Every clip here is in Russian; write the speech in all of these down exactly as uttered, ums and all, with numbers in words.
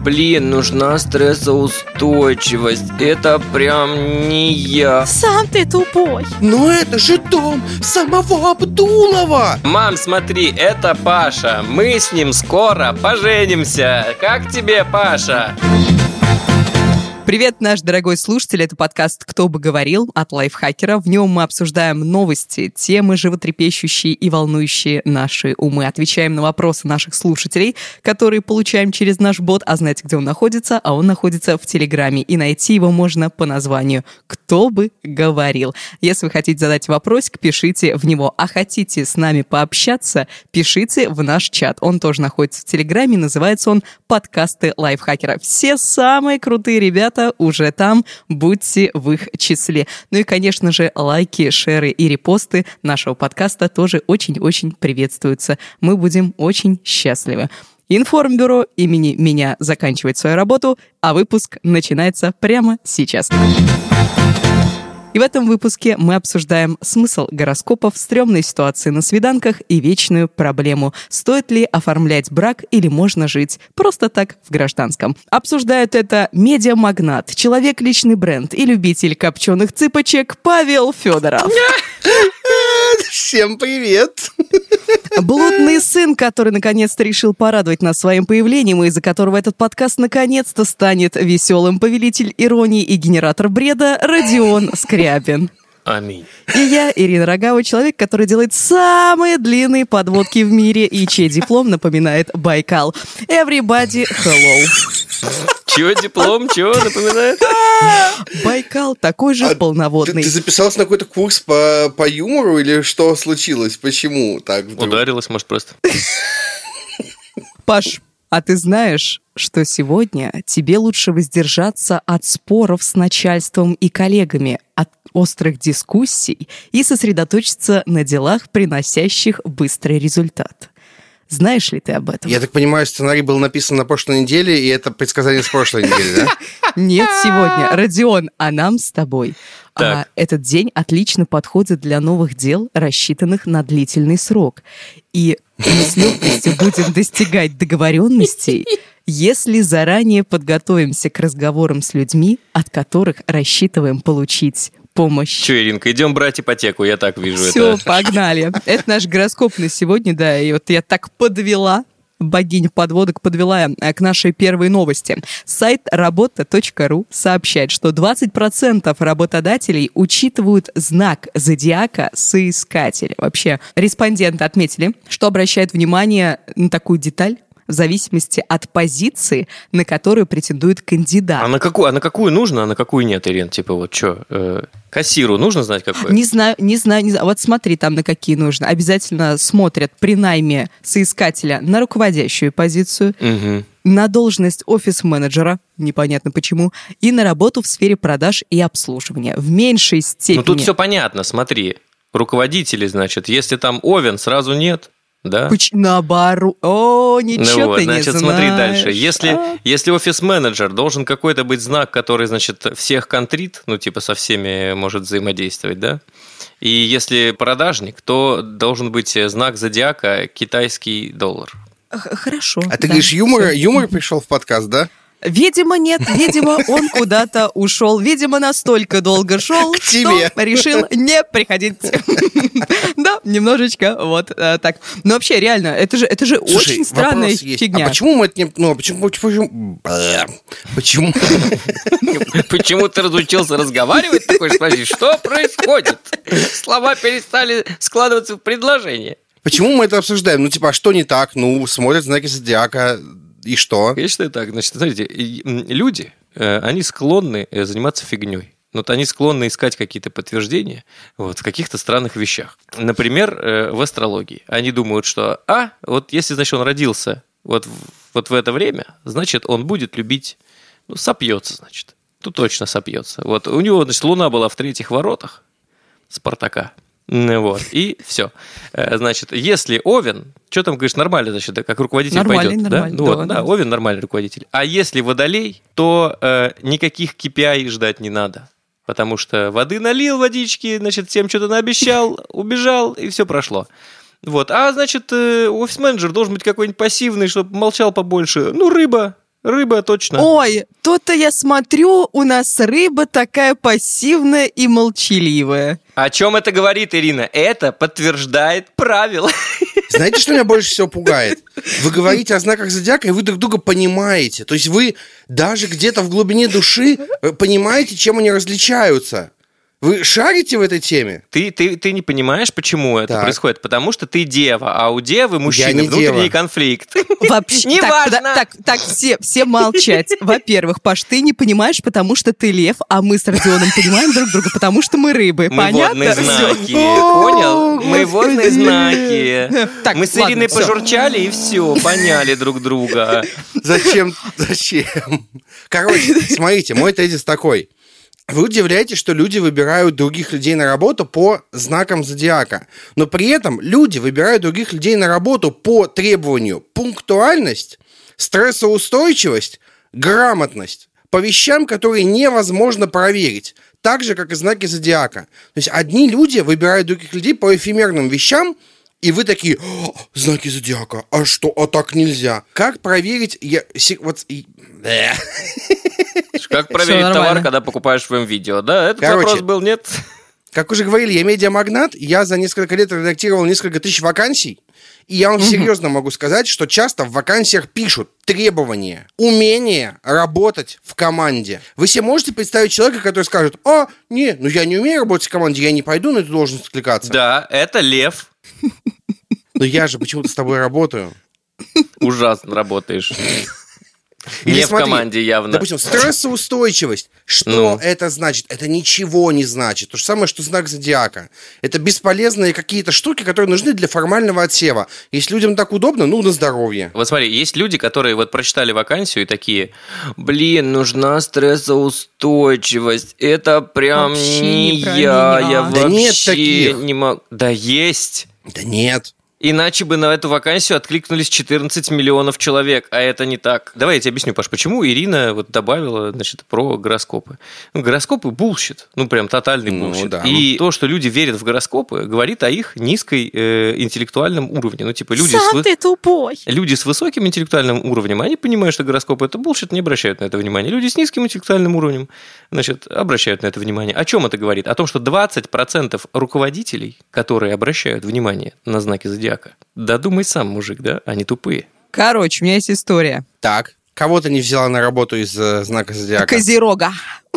Блин, нужна стрессоустойчивость. Это прям не я. Сам ты тупой. Но это же дом самого Абдулова. Мам, смотри, это Паша. Мы с ним скоро поженимся. Как тебе, Паша? Привет, наш дорогой слушатель, это подкаст «Кто бы говорил» от Лайфхакера. В нем мы обсуждаем новости, темы животрепещущие и волнующие наши умы. Отвечаем на вопросы наших слушателей, которые получаем через наш бот. А знаете, где он находится? А он находится в Телеграме. И найти его можно по названию «Кто бы говорил». Если вы хотите задать вопросик, пишите в него. А хотите с нами пообщаться, пишите в наш чат. Он тоже находится в Телеграме, называется он «Подкасты Лайфхакера». Все самые крутые ребята уже там, будьте в их числе. Ну и, конечно же, лайки, шеры и репосты нашего подкаста тоже очень-очень приветствуются. Мы будем очень счастливы. Информбюро имени меня заканчивает свою работу, а выпуск начинается прямо сейчас. И в этом выпуске мы обсуждаем смысл гороскопов, стрёмные ситуации на свиданках и вечную проблему: стоит ли оформлять брак или можно жить просто так в гражданском. Обсуждают это медиамагнат, человек личный бренд и любитель копченых цыпочек Павел Федоров. Всем привет! Блудный сын, который наконец-то решил порадовать нас своим появлением, и из-за которого этот подкаст наконец-то станет веселым, повелитель иронии и генератор бреда Родион Скрябин. Аминь. И я, Ирина Рогава, человек, который делает самые длинные подводки в мире, и чей диплом напоминает Байкал. Everybody, hello. Чего диплом? Чего напоминает? Байкал такой же А полноводный. Ты, ты записался на какой-то курс по, по юмору или что случилось? Почему так вдруг? Ударилась, может, просто. Паш, а ты знаешь, что сегодня тебе лучше воздержаться от споров с начальством и коллегами, от острых дискуссий и сосредоточиться на делах, приносящих быстрый результат? Знаешь ли ты об этом? Я так понимаю, сценарий был написан на прошлой неделе, и это предсказание с прошлой недели, да? Нет, сегодня. Родион, а нам с тобой. А, этот день отлично подходит для новых дел, рассчитанных на длительный срок. И мы с легкостью будем достигать договоренностей, если заранее подготовимся к разговорам с людьми, от которых рассчитываем получить помощь. Че, Иринка, идем брать ипотеку, я так вижу. Все, это. погнали. Это наш гороскоп на сегодня, да, и вот я так подвела, богиня подводок подвела к нашей первой новости. Сайт работа точка ру сообщает, что двадцать процентов работодателей учитывают знак зодиака соискателя. Вообще, респонденты отметили, что обращают внимание на такую деталь в зависимости от позиции, на которую претендует кандидат. А на какую, а на какую нужно, а на какую нет, Ирин? Типа вот что, э, кассиру нужно знать какой? Не знаю, не знаю, не знаю. Вот смотри, там на какие нужно. Обязательно смотрят при найме соискателя на руководящую позицию, Угу. на должность офис-менеджера, непонятно почему, и на работу в сфере продаж и обслуживания. В меньшей степени... Ну тут все понятно, смотри. Руководители, значит, если там Овен, сразу нет. Да? Поч- наоборот. О, ничего ну вот, ты значит, не знаешь. смотри дальше. Если, а? если офис-менеджер, должен какой-то быть знак, который, значит, всех контрит, ну, типа, со всеми может взаимодействовать, да? И если продажник, то должен быть знак зодиака китайский доллар. Х- Хорошо. А ты да, говоришь, юмор, всё. юмор пришел в подкаст, да? Видимо, нет. Видимо, он куда-то ушел. Видимо, настолько долго шел, К тебе. что решил не приходить. Да, немножечко вот э, так. Но вообще, реально, это же, это же Слушай, очень странная вопрос есть. фигня. А почему мы это не... Ну, а почему... Почему... Почему... Почему ты разучился разговаривать? Такой спросишь, что происходит? Слова перестали складываться в предложение. Почему мы это обсуждаем? Ну, типа, а что не так? Ну, смотрят знаки зодиака, и что? Я считаю так. Значит, смотрите, и, м, люди, э, они склонны э, заниматься фигней. Вот они склонны искать какие-то подтверждения вот, в каких-то странных вещах. Например, э, в астрологии. Они думают, что, а, вот если, значит, он родился вот, в- вот в это время, значит, он будет любить, ну, сопьется, значит. Тут точно сопьется. Вот у него, значит, луна была в третьих воротах Спартака. Ну, вот, и все. Значит, если Овен, что там, говоришь, нормально, значит, да, как руководитель Нормальный, пойдет, нормальный, да? Ну, да, вот, да. да, Овен нормальный руководитель. А если Водолей, то э, никаких кей пи ай ждать не надо. Потому что воды налил, водички, значит, всем что-то наобещал, убежал, и все прошло. Вот. А, значит, офис-менеджер должен быть какой-нибудь пассивный, чтобы молчал побольше. Ну, рыба. Рыба, точно. Ой, то-то я смотрю, у нас рыба такая пассивная и молчаливая. О чем это говорит, Ирина? Это подтверждает правила. Знаете, что меня больше всего пугает? Вы говорите о знаках зодиака, и вы друг друга понимаете. То есть вы даже где-то в глубине души понимаете, чем они различаются. Вы шарите в этой теме? Ты, ты, ты не понимаешь, почему это Так. происходит? Потому что ты дева, а у девы мужчины не внутренний дева. конфликт. Вообще, Не так, важно. подо- Так, так, все, все молчать. Во-первых, Паш, ты не понимаешь, потому что ты лев, а мы с Родионом понимаем друг друга, потому что мы рыбы. Мы Понятно? водные Всё. знаки, О, понял? Мы водные господи. знаки. Так, Мы с ладно, Ириной всё. пожурчали, и все, поняли друг друга. Зачем? Зачем? Короче, смотрите, мой тезис такой. Вы удивляетесь, что люди выбирают других людей на работу по знакам зодиака. Но при этом люди выбирают других людей на работу по требованию пунктуальность, стрессоустойчивость, грамотность. По вещам, которые невозможно проверить. Так же, как и знаки зодиака. То есть одни люди выбирают других людей по эфемерным вещам, и вы такие: «О, знаки зодиака, а что, а так нельзя?» Как проверить... Я, си- вот, и- Бэ. Как проверить нормально. товар, когда покупаешь в видео? Да, этот Короче. вопрос был, нет? Как уже говорили, я медиамагнат, я за несколько лет редактировал несколько тысяч вакансий, и я вам серьезно могу сказать, что часто в вакансиях пишут требования, умение работать в команде. Вы себе можете представить человека, который скажет: «А, не, ну я не умею работать в команде, я не пойду на эту должность откликаться». Да, это лев. Но я же почему-то с тобой работаю. Ужасно работаешь. Или Не в смотри, команде явно. Допустим, стрессоустойчивость. Что Ну. это значит? Это ничего не значит. То же самое, что знак зодиака. Это бесполезные какие-то штуки, которые нужны для формального отсева. Если людям так удобно, ну, на здоровье. Вот смотри, есть люди, которые вот прочитали вакансию и такие: блин, нужна стрессоустойчивость. Это прям Вообще не не про я. меня. Я Да нет вообще таких. не могу. Да есть. Да нет. Иначе бы на эту вакансию откликнулись четырнадцать миллионов человек, а это не так. Давай я тебе объясню, Паш, почему Ирина вот добавила, значит, про гороскопы. Ну, гороскопы булщит, ну прям тотальный Ну, булщит. да. И то, что люди верят в гороскопы, говорит о их низкой э, интеллектуальном уровне. Ну типа люди с, вы- ты тупой. люди с высоким интеллектуальным уровнем, они понимают, что гороскопы это булщит, не обращают на это внимания. Люди с низким интеллектуальным уровнем, значит, обращают на это внимание. О чем это говорит? О том, что двадцать процентов руководителей, которые обращают внимание на знаки зодиака, додумай сам, мужик, да? Они тупые. Короче, у меня есть история. Так, кого ты не взяла на работу из э, знака зодиака? Козерога.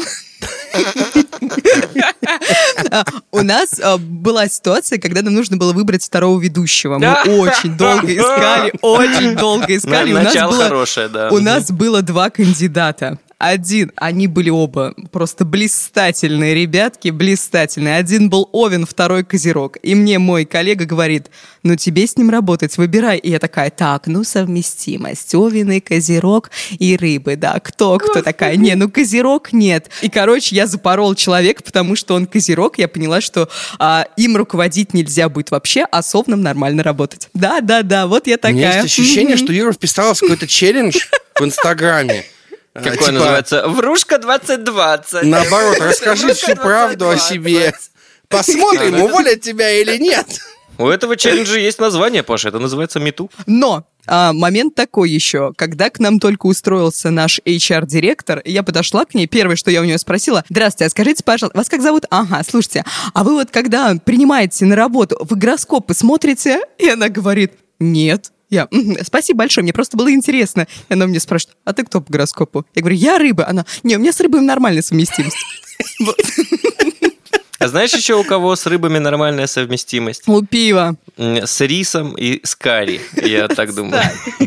У нас э, была ситуация, когда нам нужно было выбрать второго ведущего. Мы очень долго искали, очень долго искали. У нас Начало было- хорошее, да. У нас было два кандидата. Один, они были оба просто блистательные ребятки, блистательные. Один был Овен, второй Козерог. И мне мой коллега говорит: ну тебе с ним работать, выбирай. И я такая: так, ну совместимость. Овен и Козерог и рыбы, да. Кто, кто такая? Не, ну Козерог нет. И, короче, я запорол человека, потому что он Козерог. Я поняла, что а, им руководить нельзя будет вообще, а с Овном нормально работать. Да, да, да, вот я У такая. меня есть ощущение, Мгм. что Ира вписалась в какой-то челлендж в Инстаграме. А, Какой типа, называется? Врушка двадцать двадцать. Наоборот, расскажи Врушка всю правду о двадцать себе. двадцать. Посмотрим, А, ну это- уволят тебя или нет. У этого челленджа есть название, Паша, это называется Мету. Но а, момент такой еще, когда к нам только устроился наш эйч ар-директор, я подошла к ней, первое, что я у нее спросила: здравствуйте, а скажите, пожалуйста, вас как зовут? Ага, слушайте, а вы вот когда принимаете на работу, вы гороскопы смотрите? И она говорит: нет. Я: «Мгм, спасибо большое, мне просто было интересно. И она мне спрашивает: а ты кто по гороскопу? Я говорю: я рыба. Она: не, у меня с рыбой нормальная совместимость. Вот. А знаешь еще у кого с рыбами нормальная совместимость? У пива. М, С рисом и с карри, я так думаю.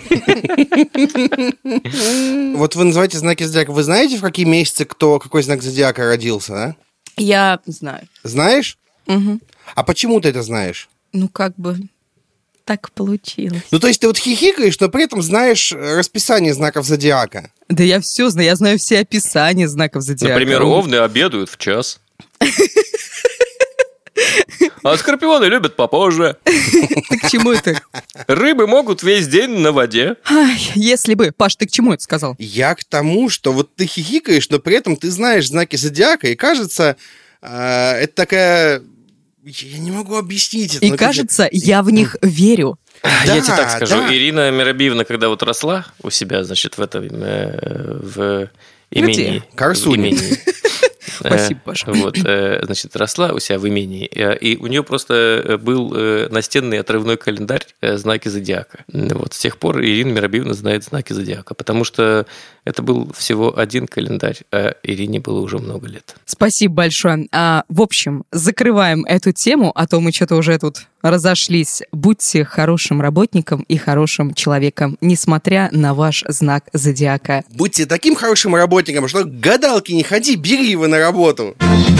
Вот вы называете знаки зодиака. Вы знаете, в какие месяцы кто, какой знак зодиака родился, да? Я знаю. Знаешь? Мгм. А почему ты это знаешь? Ну, как бы так получилось. Ну, то есть ты вот хихикаешь, но при этом знаешь э, расписание знаков зодиака. Да я все знаю, я знаю все описания знаков зодиака. Например, овны обедают в час. А скорпионы любят попозже. Ты к чему это? Рыбы могут весь день на воде. Ай, если бы. Паш, ты к чему это сказал? Я к тому, что вот ты хихикаешь, но при этом ты знаешь знаки зодиака, и кажется, э, это такая... Я не могу объяснить это. И но как-то- кажется, я в них верю. Я тебе так скажу. да. Ирина Миробиевна, когда вот росла у себя, значит, в этом, э, в имении. Где? Корсуне. В имении. Спасибо, Паша. Вот, значит, росла у себя в имении, и у нее просто был настенный отрывной календарь «Знаки зодиака». Вот с тех пор Ирина Миробиевна знает знаки зодиака, потому что это был всего один календарь, а Ирине было уже много лет. Спасибо большое. А, в общем, закрываем эту тему, а то мы что-то уже тут разошлись. Будьте хорошим работником и хорошим человеком, несмотря на ваш знак зодиака. Будьте таким хорошим работником, что к гадалке не ходи, бери его на работу.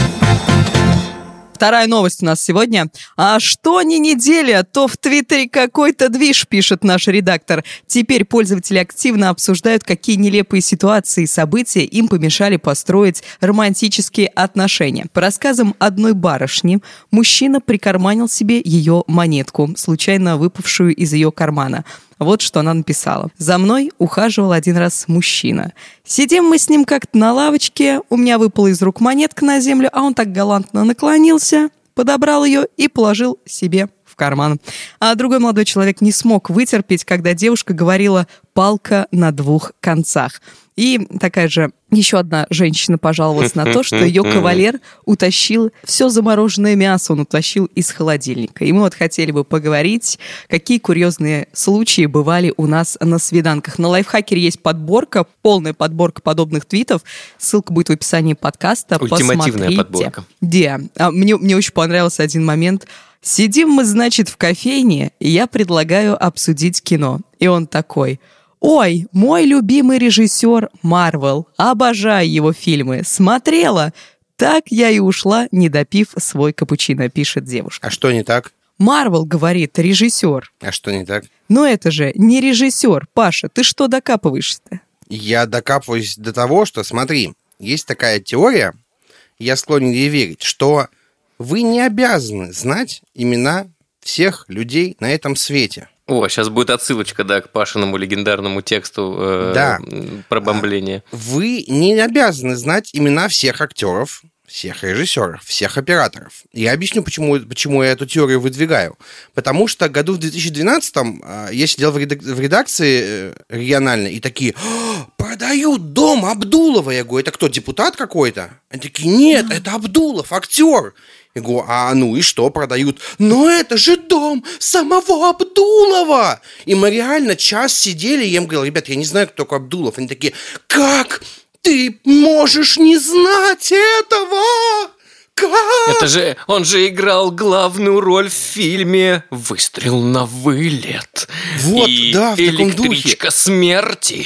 Вторая новость у нас сегодня. А что не неделя, то в Твиттере какой-то движ, пишет наш редактор. Теперь пользователи активно обсуждают, какие нелепые ситуации и события им помешали построить романтические отношения. По рассказам одной барышни, мужчина прикарманил себе ее монетку, случайно выпавшую из ее кармана. Вот что она написала. «За мной ухаживал один раз мужчина. Сидим мы с ним как-то на лавочке, у меня выпала из рук монетка на землю, а он так галантно наклонился, подобрал ее и положил себе в карман». А другой молодой человек не смог вытерпеть, когда девушка говорила «палка на двух концах». И такая же еще одна женщина пожаловалась на то, что ее кавалер утащил все замороженное мясо, он утащил из холодильника. И мы вот хотели бы поговорить, какие курьезные случаи бывали у нас на свиданках. На Лайфхакере есть подборка, полная подборка подобных твитов. Ссылка будет в описании подкаста. Ультимативная Посмотрите. подборка. Где? А мне, мне очень понравился один момент. Сидим мы, значит, в кофейне, и я предлагаю обсудить кино. И он такой... «Ой, мой любимый режиссер Марвел, обожаю его фильмы, смотрела». Так я и ушла, не допив свой капучино, пишет девушка. А что не так? Марвел говорит, режиссер. А что не так? Но это же не режиссер. Паша, ты что докапываешься-то? Я докапываюсь до того, что, смотри, есть такая теория, я склонен ей верить, что вы не обязаны знать имена всех людей на этом свете. О, сейчас будет отсылочка, да, к Пашиному легендарному тексту э, да. про бомбление. Вы не обязаны знать имена всех актеров, всех режиссеров, всех операторов. Я объясню, почему, почему я эту теорию выдвигаю. Потому что году в две тысячи двенадцатом я сидел в редакции региональной, и такие: продают дом Абдулова. Я говорю, это кто, депутат какой-то? Они такие, нет, это Абдулов, актер. Я говорю, а ну и что продают? Но это же дом самого Абдулова! И мы реально час сидели, и я им говорил, ребят, я не знаю, кто такой Абдулов. Они такие, как ты можешь не знать этого? Как? Это же, он же играл главную роль в фильме «Выстрел на вылет». Вот, и да, в таком духе. «Электричка смерти».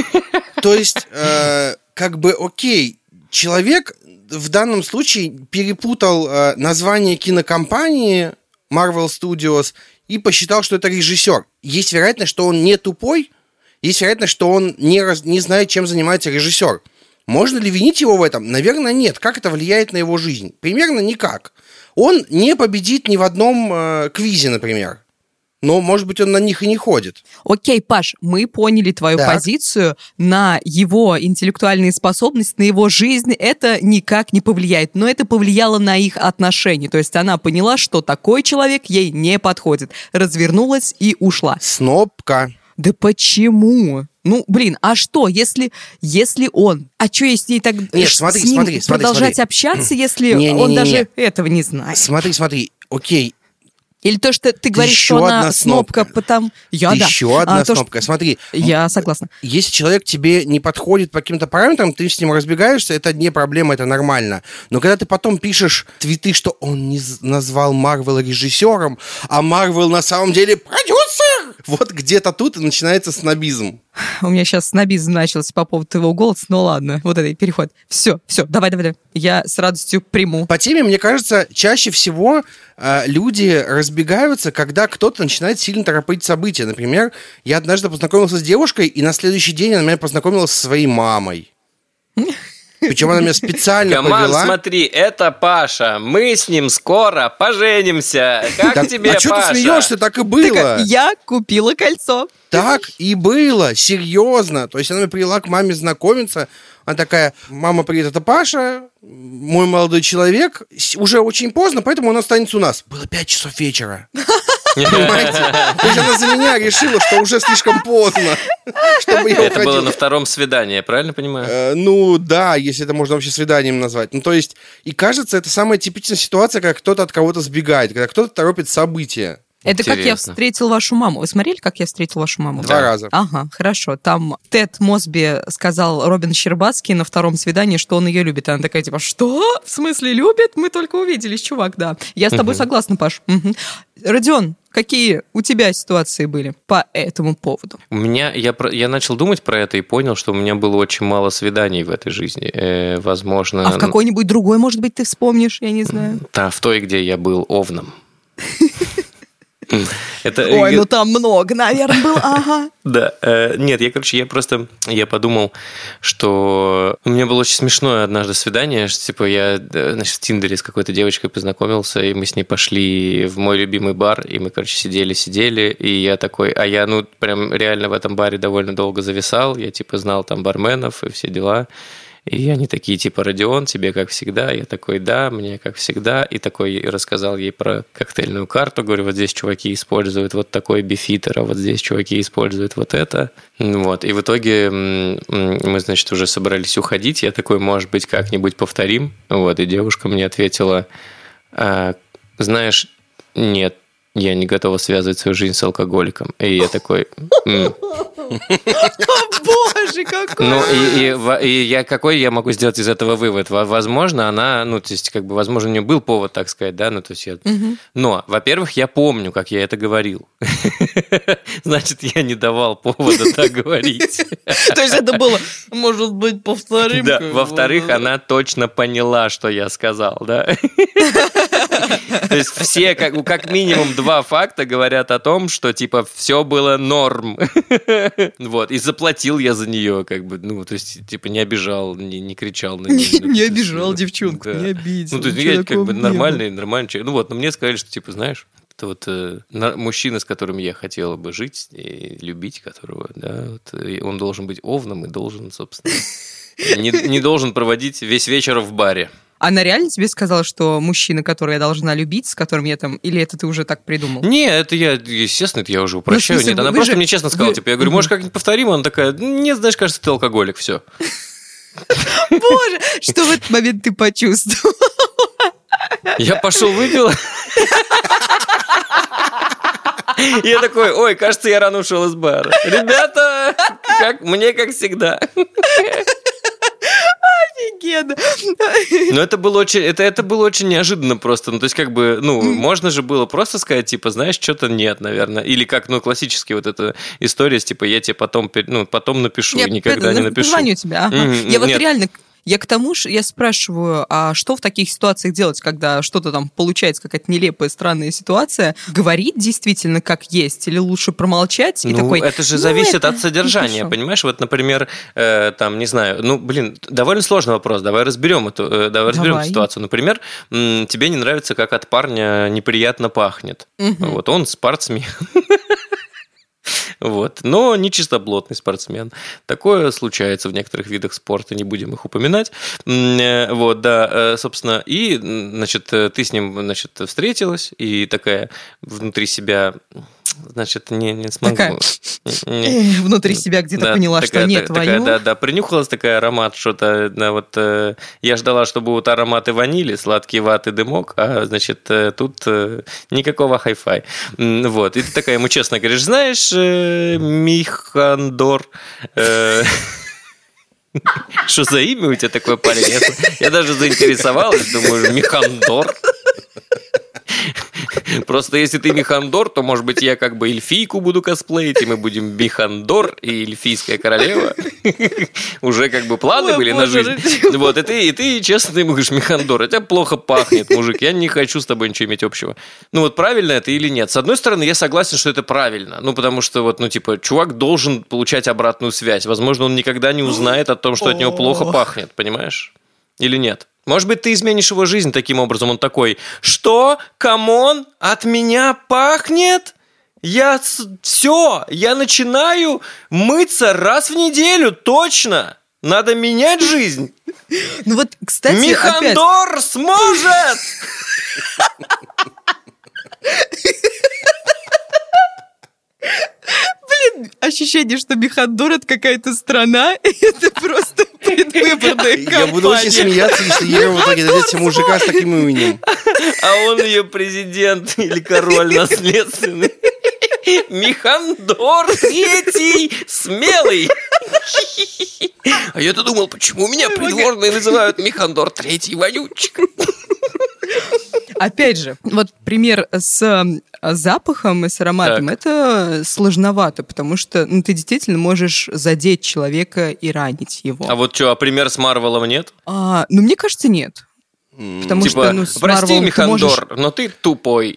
То есть, э, как бы, окей, человек в данном случае перепутал э, название кинокомпании Marvel Studios и посчитал, что это режиссер. Есть вероятность, что он не тупой, есть вероятность, что он не, раз, не знает, чем занимается режиссер. Можно ли винить его в этом? Наверное, нет. Как это влияет на его жизнь? Примерно никак. Он не победит ни в одном э, квизе, например. Но, может быть, он на них и не ходит. Окей, Паш, мы поняли твою так. позицию. На его интеллектуальные способности, на его жизнь это никак не повлияет. Но это повлияло на их отношения. То есть она поняла, что такой человек ей не подходит. Развернулась и ушла. Снобка. Да почему? Ну, блин, а что, если, если он... А что, если ей так Нет, смотри, с ним смотри, смотри, продолжать смотри. общаться, если не, не, он не, даже не. этого не знает? Смотри, смотри, окей. Или то, что ты говоришь, Еще что она одна снобка, снобка. потому... Я, да. Еще одна а, то, снобка. Смотри. Я согласна. Если человек тебе не подходит по каким-то параметрам, ты с ним разбегаешься, это не проблема, это нормально. Но когда ты потом пишешь твиты, что он не назвал Марвел режиссером, а Марвел на самом деле продюсер, вот где-то тут и начинается снобизм. У меня сейчас снобизм начался по поводу твоего голоса, но ладно, вот это переход. Все, все, давай, давай, давай. Я с радостью приму. По теме, мне кажется, чаще всего э, люди разбегаются, когда кто-то начинает сильно торопить события. Например, я однажды познакомился с девушкой, и на следующий день она меня познакомила со своей мамой. Причем она меня специально Команд, повела. смотри, это Паша. Мы с ним скоро поженимся. Как Так, тебе, а Паша? что ты смеешься? Так и было. Так, я купила кольцо. Так и было, серьезно. То есть она меня привела к маме знакомиться. Она такая, мама, привет, это Паша, мой молодой человек. Уже очень поздно, поэтому он останется у нас. Было пять часов вечера. Понимаете? То есть она за меня решила, что уже слишком поздно, чтобы я Это уходил. было на втором свидании, правильно понимаю? Э, Ну, да, если это можно вообще свиданием назвать. Ну, то есть, и кажется, это самая типичная ситуация, когда кто-то от кого-то сбегает, когда кто-то торопит события. Это как я Интересно. встретил вашу маму. Вы смотрели, как я встретил вашу маму? Два раза. Ага, хорошо. Там Тед Мосби сказал Робин Щербацкий на втором свидании, что он ее любит. Она такая, типа, что? В смысле любит? Мы только увиделись, чувак, да. Я с тобой согласна, Паш. Мгм. Родион, какие у тебя ситуации были по этому поводу? У меня, я, про- я начал думать про это и понял, что у меня было очень мало свиданий в этой жизни. Э, возможно... А в какой-нибудь другой, может быть, ты вспомнишь? Я не знаю. Да, в той, где я был овном. Это, Ой, ну там много, наверное, было. Ага. Да, э, нет, я, короче, я просто, я подумал, что у меня было очень смешное однажды свидание, что, типа, я, э, значит, в Тиндере с какой-то девочкой познакомился, и мы с ней пошли в мой любимый бар, и мы, короче, сидели-сидели, и я такой, а я, ну, прям реально в этом баре довольно долго зависал, я, типа, знал там барменов и все дела. И они такие, типа, Родион, тебе как всегда? Я такой, да, мне как всегда. И такой рассказал ей про коктейльную карту. Говорю, вот здесь чуваки используют вот такой бифитер, а вот здесь чуваки используют вот это. Вот. И в итоге м, мы, значит, уже собрались уходить. Я такой, может быть, как-нибудь повторим? Вот. И девушка мне ответила, «А, знаешь, нет, я не готова связывать свою жизнь с алкоголиком. И я такой... «М». Боже, какой... Ну, и, и, во- и я какой я могу сделать из этого вывод? Во- Возможно, она, ну, то есть, как бы, возможно, у нее был повод, так сказать, да, ну, то есть, я... Но, во-первых, я помню, как я это говорил. Значит, я не давал повода так говорить. То есть это было, может быть, повторим? Да, во-вторых, она точно поняла, что я сказал, да. То есть все, как, как минимум, два факта говорят о том, что, типа, все было норм. Вот, и заплатил я за нее, как бы, ну, то есть, типа, не обижал, не, не кричал на нее. Не обижал девчонку, Да. не обидел. Ну, то есть, ничего я как такого бы не нормальный, нормальный человек. Ну, вот, но мне сказали, что, типа, знаешь, это вот э, на- мужчина, с которым я хотела бы жить и любить, которого, да, вот, и он должен быть овном и должен, собственно, не, не должен проводить весь вечер в баре. Она реально тебе сказала, что мужчина, которого я должна любить, с которым я там... Или это ты уже так придумал? Не, это я, естественно, это я уже упрощаю. Ну, в смысле, Нет, она вы просто же- мне честно сказала, вы- типа, я говорю, может, как-нибудь повторим? Она такая, нет, знаешь, кажется, ты алкоголик, все. Боже, что в этот момент ты почувствовал? Я пошел выпил. Я такой, ой, кажется, я рано ушел из бара. Ребята, как, мне как всегда. Офигенно. Но это было очень, это, это было очень неожиданно просто. Ну, то есть, как бы, ну, можно же было просто сказать, типа, знаешь, что-то нет, наверное. Или как, ну, классически вот эта история, с, типа, я тебе потом, пер- ну, потом напишу, Я и никогда это, не напишу. Позвоню тебе, ага. Мгм, Я вот нет. реально... Я к тому же, я спрашиваю, а что в таких ситуациях делать, когда что-то там получается, какая-то нелепая, странная ситуация? Говорить действительно как есть или лучше промолчать? И Ну, такой, это же «Ну, зависит это от содержания, нехорошо». понимаешь? Вот, например, э, там, не знаю, ну, блин, довольно сложный вопрос, давай разберем эту, э, давай разберем Давай. эту ситуацию. Например, м, тебе не нравится, как от парня неприятно пахнет. Мгм. Вот, он спортсмен. Вот. Но не чистоплотный спортсмен. Такое случается в некоторых видах спорта, не будем их упоминать. М, э, Вот, да, э, собственно, и, м, значит, э, ты с ним, значит, встретилась, и такая внутри себя, значит, не, не смогу. Такая. Не- Э, Внутри себя где-то да, поняла, такая- что нет, та- такая, твою. да, да, принюхалась такая аромат, что-то, да, вот, э, я ждала, что будут ароматы ванили, сладкий ваты, дымок, а, значит, э, тут э, никакого хай-фай. М, Вот, и ты такая ему честно говоришь, знаешь, э, Михандор, э, что за имя у тебя такое, парень? Я, я даже заинтересовалась, думаю, Михандор. Просто если ты Михандор, то, может быть, я как бы эльфийку буду косплеить, и мы будем Михандор и эльфийская королева. Уже как бы планы Ой, были на боже, жизнь. Вот, и ты, и ты честно ты ему говоришь, Михандор, у тебя плохо пахнет, мужик, я не хочу с тобой ничего иметь общего. Ну вот правильно это или нет? С одной стороны, я согласен, что это правильно. Ну, потому что вот, ну, типа, чувак должен получать обратную связь. Возможно, он никогда не узнает о том, что от него плохо пахнет, понимаешь? Или нет? Может быть, ты изменишь его жизнь таким образом. Он такой, что? Камон? От меня пахнет? Я... Все, я начинаю мыться раз в неделю, точно. Надо менять жизнь. Ну вот, кстати, опять... Михандор сможет! ощущение, что Михандор — это какая-то страна, и это просто предвыборная кампания. Я буду очень смеяться, если Ира в итоге дойдет мужика с таким именем. А он ее президент или король наследственный. Михандор Третий смелый. А я-то думал, почему меня придворные называют Михандор Третий вонючек. Опять же, вот пример с запахом и с ароматом, Так. это сложновато, потому что ну, ты действительно можешь задеть человека и ранить его. А вот что, а пример с Марвелом нет? А, ну, мне кажется, нет. Потому Типа, что, ну, с прости, Марвелом ты Михандор, можешь... но ты тупой.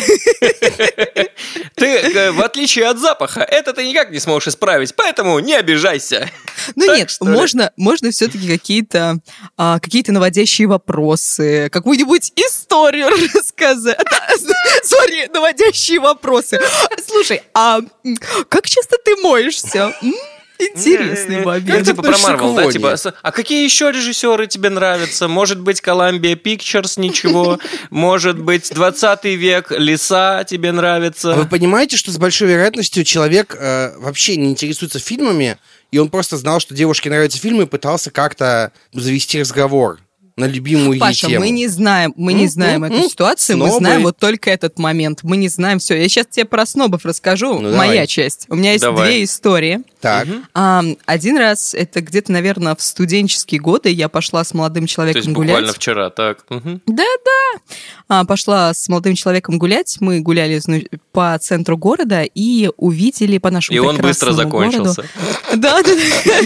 Ты, э, в отличие от запаха, это ты никак не сможешь исправить, поэтому не обижайся. Ну Так, нет, что ли? можно, можно все-таки какие-то, а, какие-то наводящие вопросы, какую-нибудь историю рассказать. Сори, наводящие вопросы. Слушай, а м, как часто ты моешься? М? Интересный Ну, момент. типа про относишься к Марвел, да, Воне? типа, с- а какие еще режиссеры тебе нравятся? Может быть, Columbia Pictures, ничего. Может быть, двадцатый век, Лиса тебе А вы нравится. понимаете, что с большой вероятностью человек э, вообще не интересуется фильмами, и он просто знал, что девушке нравятся фильмы, и пытался как-то завести разговор на любимую ей Паша, тему. мы не знаем, мы не М, знаем м, эту м. ситуацию, мы Снобы. знаем вот только этот момент. Мы не знаем все. Я сейчас тебе про снобов расскажу. Ну, Моя давай. часть. У меня есть Давай. две истории. Так. А, один раз, это где-то, наверное, в студенческие годы, я пошла с молодым То есть человеком буквально гулять. вчера, так. Мгм. Да-да. А, пошла с молодым человеком гулять. Мы гуляли ну, по центру города и увидели по нашему И он быстро прекрасному закончился. Да, да,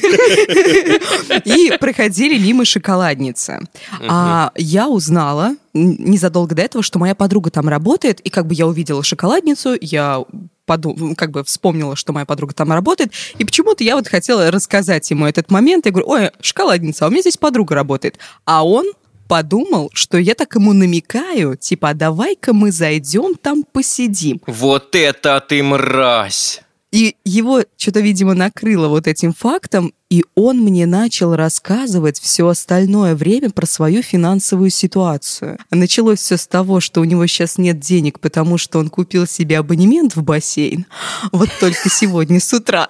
да. И проходили мимо шоколадницы. А я узнала н- незадолго до этого, что моя подруга там работает, и как бы я увидела шоколадницу, я подум- как бы вспомнила, что моя подруга там работает, и почему-то я вот хотела рассказать ему этот момент. Я говорю: ой, шоколадница, а у меня здесь подруга работает. А он подумал, что я так ему намекаю, типа, а давай-ка мы зайдем там посидим. Вот это ты мразь! И его что-то, видимо, накрыло вот этим фактом, и он мне начал рассказывать все остальное время про свою финансовую ситуацию. Началось все с того, что у него сейчас нет денег, потому что он купил себе абонемент в бассейн. Вот только сегодня с утра.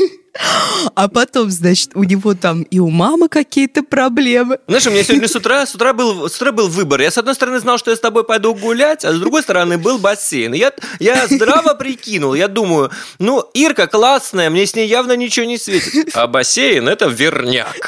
А потом, значит, у него там и у мамы какие-то проблемы. Знаешь, у меня сегодня с утра, с утра, был, с утра был выбор. Я, с одной стороны, знал, что я с тобой пойду гулять, а с другой стороны, был бассейн. И Я, я здраво прикинул. Я думаю, ну, Ирка классная, мне с ней явно ничего не светит. А бассейн – это верняк.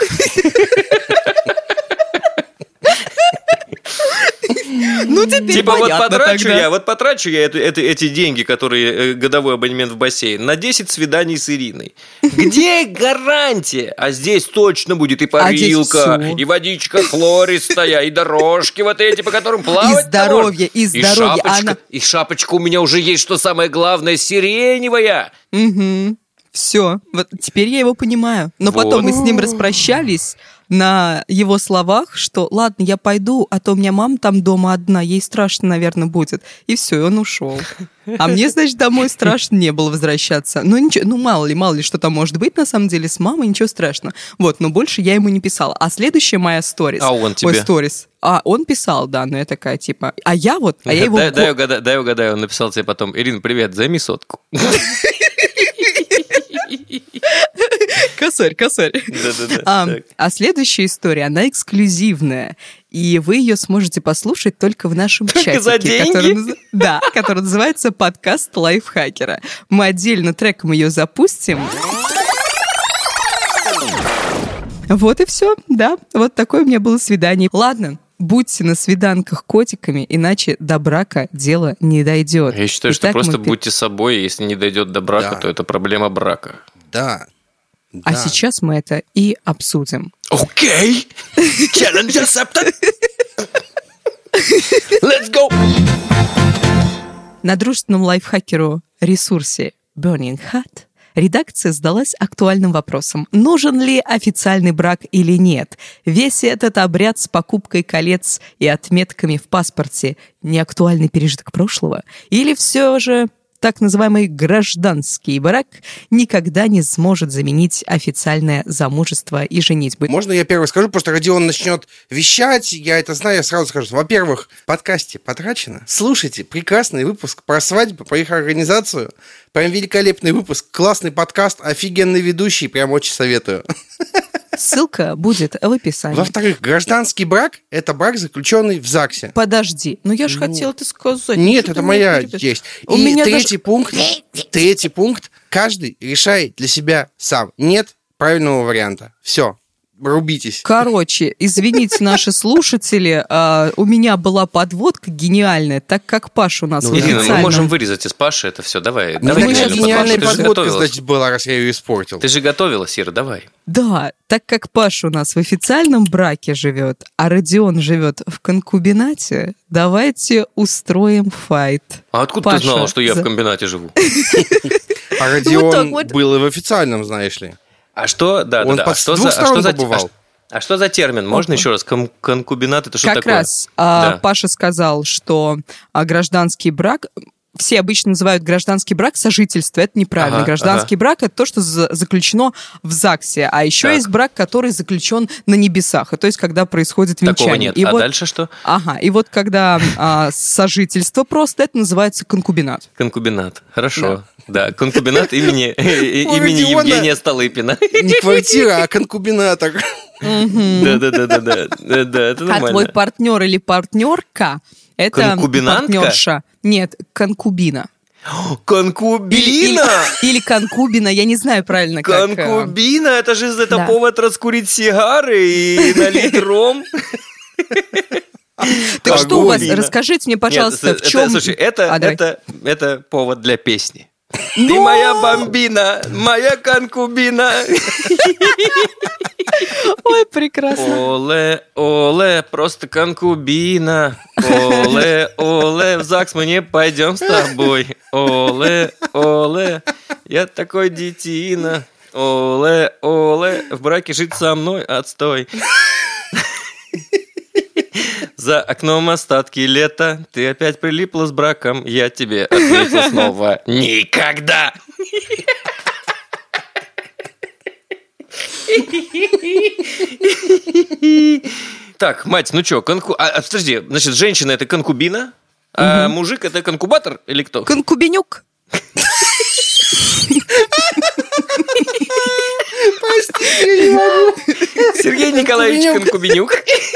Ну, теперь Типа вот понятно потрачу тогда. я, вот потрачу я эту- это- эти деньги, которые э, годовой абонемент в бассейн, на десять свиданий с Ириной. Где гарантия? А здесь точно будет и А здесь парилка, всё. и водичка хлористая, и дорожки вот эти, по которым плавать. здоровье, и здоровье. шапочка, Она- и шапочка у меня уже есть, что самое главное, сиреневая. Угу. Все. Вот теперь я его понимаю. Но Вот. потом мы с ним распрощались на его словах, что ладно, я пойду, а то у меня мама там дома одна, ей страшно, наверное, будет. И все, и он ушел. А мне, значит, домой страшно не было возвращаться. Ну, ничего, ну, мало ли, мало ли, что там может быть, на самом деле, с мамой, ничего страшного. Вот, но больше я ему не писала. А следующая моя сторис... А он тебе? Ой, сторис. А, он писал, да, но я такая, типа... А я вот, а я его... дай, го- дай угадаю, дай угадаю, он написал тебе потом: Ирина, привет, займи сотку. Косарь, косарь. Да-да-да. А, Так. а следующая история, она эксклюзивная, и вы ее сможете послушать только в нашем Только чатике. за деньги? Который, наз- да, который называется «Подкаст лайфхакера». Мы отдельно треком ее запустим. Вот и все, да, вот такое у меня было свидание. Ладно, будьте на свиданках котиками, иначе до брака дело не дойдет. Я считаю, что Итак, просто мы пе- будьте собой, если не дойдет до брака, Да. то это проблема брака. Да. А Да. сейчас мы это и обсудим. Окей, challenge accepted. Let's go. На дружественном лайфхакеру ресурсе Burning Hat редакция задалась актуальным вопросом: нужен ли официальный брак или нет? Весь этот обряд с покупкой колец и отметками в паспорте не актуальный пережиток прошлого? Или все же так называемый гражданский брак никогда не сможет заменить официальное замужество и женитьбы. Можно я первый скажу, потому что Родион начнет вещать, я это знаю, я сразу скажу. Во-первых, в подкасте «Потрачено». Слушайте прекрасный выпуск про свадьбы, про их организацию. Прям великолепный выпуск, классный подкаст, офигенный ведущий, прям очень советую. Ссылка будет в описании. Во-вторых, гражданский брак – это брак, заключенный в ЗАГСе. Подожди, ну я же Ну, хотела это сказать. Нет, Что это ты моя меня перебиваешь? есть. У И меня третий даже- пункт, третий пункт, каждый решает для себя сам. Нет правильного варианта. Все, рубитесь. Короче, извините, наши слушатели, а, у меня была подводка гениальная, так как Паша у нас Ну, в Ирина, мы официальном- можем вырезать из Паши это все. Давай. Ну, давай так сейчас это гениальную гениальная подводку. Ты же подводка, готовилась. значит, была, раз я ее испортил. Ты же готовилась, Ира, давай. Да, так как Паша у нас в официальном браке живет, а Родион живет в конкубинате, давайте устроим файт. А откуда Паша, ты знала, что я за- в комбинате живу? А Родион Вот так вот. был и в официальном, знаешь ли. А что, да, да, Он да. под А что двух за, а сторон что за, побывал. а, а что за термин? Можно Опа. еще раз? Кон- конкубинат это что как такое? раз а, Да. Паша сказал, что а, гражданский брак... Все обычно называют гражданский брак сожительство. Это неправильно. Ага, Гражданский брак — это то, что за- заключено в ЗАГСе. А еще Так. есть брак, который заключен на небесах. И то есть, когда происходит венчание. Такого нет. И а вот, дальше что? Ага. И вот когда а, сожительство просто, это называется конкубинат. Конкубинат. Хорошо. Да, конкубинат имени, и- У имени Родиона- Евгения Столыпина. Не квартира, а конкубинатор. Да-да-да-да-да. Да, это А твой нормально. партнер или партнерка — это Конкубинантка? партнерша. Нет, конкубина. Или, Конкубина! или- или конкубина, я не знаю правильно, как... э, Конкубина, это же это Да. повод раскурить сигары и налить ром. Так что у вас, Конкубина. расскажите мне, пожалуйста, Нет, в это- чем... Слушай, это, А, давай. это, это повод для песни. Ты Ну! моя бомбина, моя конкубина. Ой, прекрасно. Оле, оле, просто конкубина. Оле, оле, в ЗАГС мы не пойдем с тобой. Оле, оле, я такой детина. Оле, оле, в браке жить со мной отстой. За окном остатки лета, ты опять прилипла с браком, я тебе ответил снова никогда. Так, мать, ну чё, конку... а, а, подожди, значит, женщина это конкубина, а мужик это конкубатор или кто? Конкубинюк. Сергей Николаевич Конкубинюк.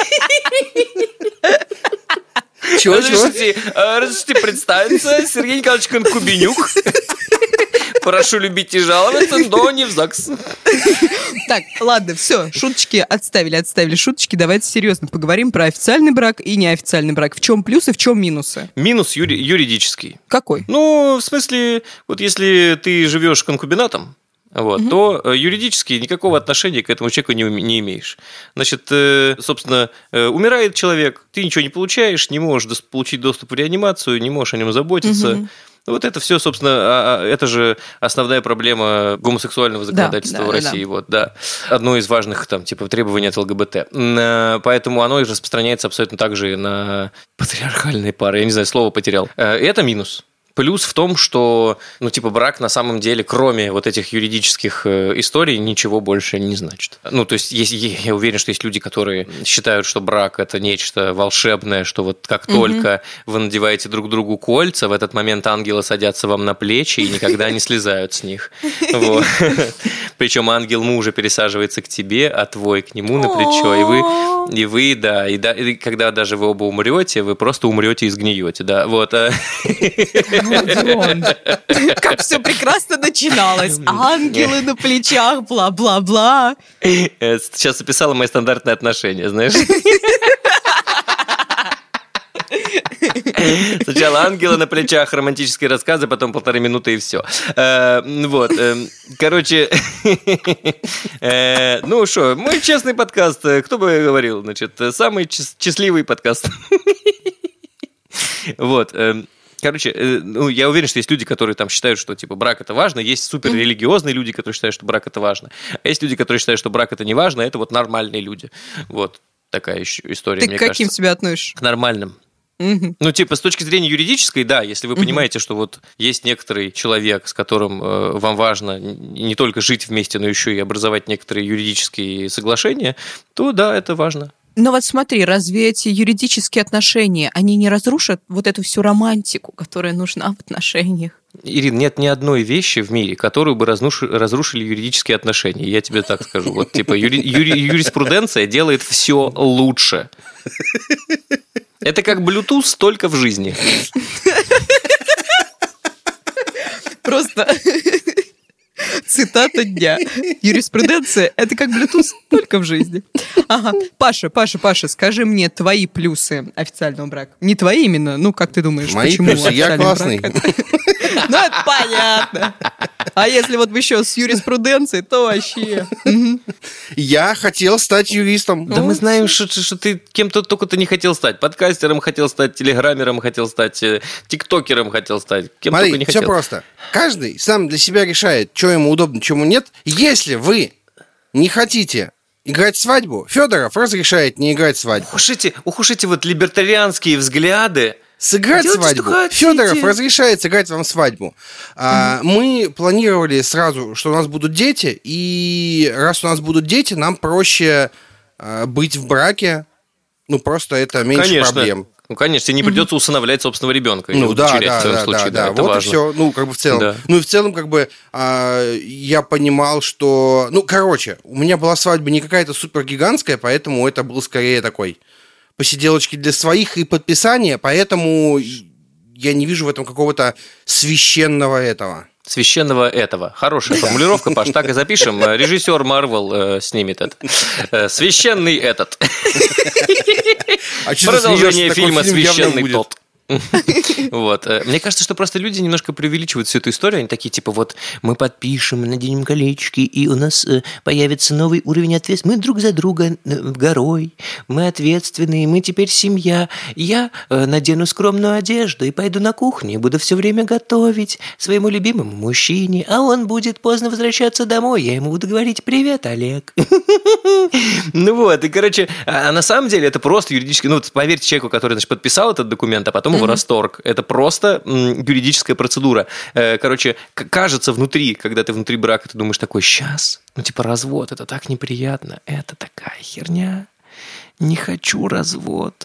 Чего, чего? Разрешите, а, разрешите представиться, Сергей Николаевич Конкубинюк. Прошу любить и жаловаться, но не в ЗАГС. Так, ладно, все, шуточки отставили, отставили шуточки. Давайте серьезно поговорим про официальный брак и неофициальный брак. В чем плюсы, в чем минусы? Минус юри- юридический. Какой? Ну, в смысле, вот если ты живешь конкубинатом, вот, то э, юридически никакого отношения к этому человеку не, уме- не имеешь. Значит, э, собственно, э, умирает человек, ты ничего не получаешь, не можешь дос- получить доступ в реанимацию, не можешь о нем заботиться. Вот это все, собственно, а- а, это же основная проблема гомосексуального законодательства да, в да, России. Вот, да. Одно из важных там, типа, требований от ЛГБТ. М, э, Поэтому оно и распространяется абсолютно так же и на патриархальные пары. Я не знаю, слово потерял. Э, И это минус. Плюс в том, что, ну, типа, брак на самом деле, кроме вот этих юридических э, историй, ничего больше не значит. Ну, то есть, есть, е- я уверен, что есть люди, которые считают, что брак – это нечто волшебное, что вот как только вы надеваете друг другу кольца, в этот момент ангелы садятся вам на плечи и никогда не слезают с них. Вот. Причем ангел мужа пересаживается к тебе, а твой к нему на плечо. И вы, и вы да, и да, и когда даже вы оба умрете, вы просто умрете и сгниете, да, вот. а. Родион. Как все прекрасно начиналось. Ангелы на плечах, бла-бла-бла. Э, Сейчас описала мои стандартные отношения, знаешь. Сначала ангелы на плечах, романтические рассказы, потом полторы минуты и все. Вот. э, Короче, э, ну что, мой честный подкаст, э, кто бы говорил, значит, э, самый чес- счастливый подкаст. Вот. э, Короче, э, ну, я уверен, что есть люди, которые там считают, что типа брак это важно, есть суперрелигиозные люди, которые считают, что брак это важно, а есть люди, которые считают, что брак это не важно, а это вот нормальные люди. Вот такая еще история, Ты мне к каким кажется. себя относишь? К нормальным. Мгм. Ну, типа, с точки зрения юридической, да, если вы понимаете, что вот есть некоторый человек, с которым э, вам важно н- не только жить вместе, но еще и образовать некоторые юридические соглашения, то да, это важно. Но вот смотри, разве эти юридические отношения, они не разрушат вот эту всю романтику, которая нужна в отношениях? Ирин, нет ни одной вещи в мире, которую бы разнуши- разрушили юридические отношения. Я тебе так скажу. Вот, типа, юри- юри- юриспруденция делает все лучше. Это как Bluetooth, только в жизни. Просто цитата дня. Юриспруденция – это как Bluetooth, только в жизни. Ага. Паша, Паша, Паша, скажи мне твои плюсы официального брака. Не твои именно, ну, как ты думаешь, Мои почему плюсы, я официальный классный. брак это- Ну, это понятно. А если вот еще с юриспруденцией, то вообще... Мгм. Я хотел стать юристом. Да мы знаем, что, что- что ты кем-то только ты не хотел стать. Подкастером хотел стать, телеграммером хотел стать, э, тиктокером хотел стать. Кем только Смотри, не все хотел. просто. Каждый сам для себя решает, что ему удобно, чему нет. Если вы не хотите играть свадьбу, Федоров разрешает не играть свадьбу. Ух уж эти, ух уж эти вот либертарианские взгляды. Сыграть Делайте, свадьбу. что хотите. Федоров разрешает сыграть вам свадьбу. А, мы планировали сразу, что у нас будут дети, и раз у нас будут дети, нам проще а, быть в браке. Ну, просто это меньше Конечно. проблем. Ну, конечно, тебе не придется усыновлять собственного ребенка. Ну да, да, в твоем да, случае, да, да, да. это Вот важно. и все. Ну, как бы в целом. Да. Ну и в целом, как бы, а, я понимал, что. Ну, короче, у меня была свадьба не какая-то супер гигантская, поэтому это был скорее такой посиделочки для своих и подписания, поэтому я не вижу в этом какого-то священного этого. Священного этого. Хорошая формулировка, Паш, так и запишем. Режиссер Марвел э, снимет это. Э, Священный этот. А чё ты Продолжение смеешься? Такой фильма фильм явно «Священный будет. тот». Вот. Мне кажется, что просто люди немножко преувеличивают всю эту историю. Они такие, типа, вот мы подпишем, наденем колечки, и у нас э, появится новый уровень ответственности. Мы друг за друга э, горой, мы ответственные, мы теперь семья. Я э, надену скромную одежду и пойду на кухню, и буду все время готовить своему любимому мужчине, а он будет поздно возвращаться домой. Я ему буду говорить: «Привет, Олег». Ну вот, и, короче, а на самом деле это просто юридически... Ну, вот поверьте человеку, который, значит, подписал этот документ, а потом его расторг. Это просто м, юридическая процедура. Э, Короче, к- кажется внутри, когда ты внутри брака, ты думаешь такой: сейчас, ну типа развод, это так неприятно, это такая херня, не хочу развод.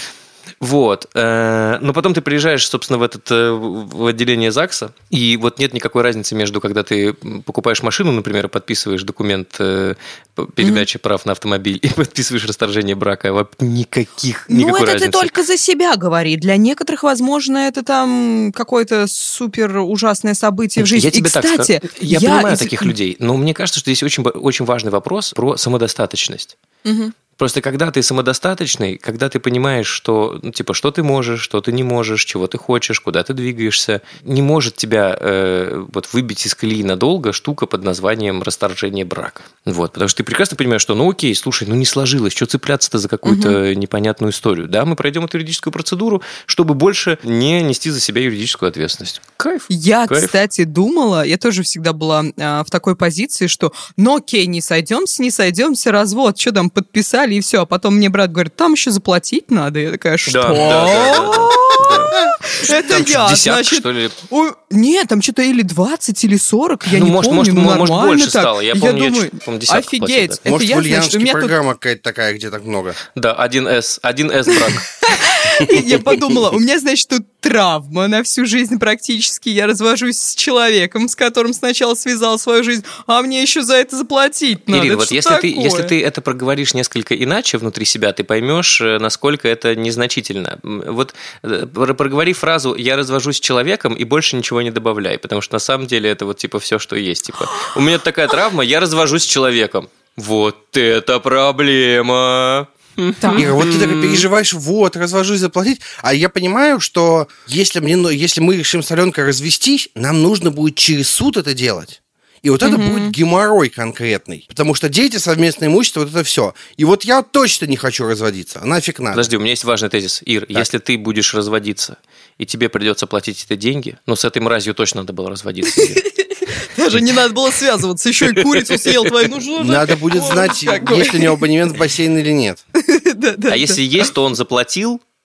Вот. э, Но потом ты приезжаешь, собственно, в, этот, э, в отделение ЗАГСа, и вот нет никакой разницы между, когда ты покупаешь машину, например, и подписываешь документ э, п- передачи прав на автомобиль и подписываешь расторжение брака. Воп- Никаких, Ну, никакой это разницы. ты только за себя говори. Для некоторых, возможно, это там какое-то супер ужасное событие в жизни. Я тебе И, так кстати, скажу. Я, понимаю из- таких людей, но мне кажется, что здесь очень, бо- очень важный вопрос про самодостаточность. Мгм. Просто когда ты самодостаточный, когда ты понимаешь, что, ну, типа, что ты можешь, что ты не можешь, чего ты хочешь, куда ты двигаешься, не может тебя э, вот выбить из колеи надолго штука под названием расторжение брака. Вот, потому что ты прекрасно понимаешь, что, ну окей, слушай, ну не сложилось, что цепляться-то за какую-то непонятную историю. Да, мы пройдем эту юридическую процедуру, чтобы больше не нести за себя юридическую ответственность. Кайф. Я, Кайф. кстати, думала, я тоже всегда была а, в такой позиции, что ну окей, не сойдемся, не сойдемся, развод, что там, подписали и все. А потом мне брат говорит: там еще заплатить надо. Я такая: что? Да, да, да, да, да. Это Там я, что, десятка, значит... что ли? Ой, нет, там что-то или двадцать, или сорок, я Ну, не может, помню, может, ну, может, нормально больше так. стало. Я помню, я думаю, чуть- помню, десятку платил, офигеть, да. это Может, я, в значит, у Ульяновске меня тут... программа какая-то такая, где так много. Да, один эс, один эс брак. Я подумала, у меня, значит, тут травма на всю жизнь практически. Я развожусь с человеком, с которым сначала связал свою жизнь, а мне еще за это заплатить надо. Ирина, Это вот что если ты, такое? если ты это проговоришь несколько иначе внутри себя, ты поймешь, э, насколько это незначительно. М, Вот э, про- проговори фразу «я развожусь с человеком» и больше ничего не добавляй, потому что на самом деле это вот типа все, что есть. Типа, у меня такая травма, я развожусь с человеком. Вот это проблема. Так. Ира, вот ты так переживаешь, вот, развожусь, заплатить. А я понимаю, что если, мне, ну, если мы решим с Аленкой развестись, нам нужно будет через суд это делать. И вот это будет геморрой конкретный. Потому что дети, совместное имущество, вот это все. И вот я точно не хочу разводиться. Нафиг надо. Подожди, у меня есть важный тезис. Ир, Так. если ты будешь разводиться, и тебе придется платить эти деньги, ну, с этой мразью точно надо было разводиться. Ир. Даже не надо было связываться, еще и курицу съел твою. Ну, что же? Надо будет Ой, знать, какой. есть ли у него абонемент в бассейн или нет. Да, да, А да. если есть, то он заплатил,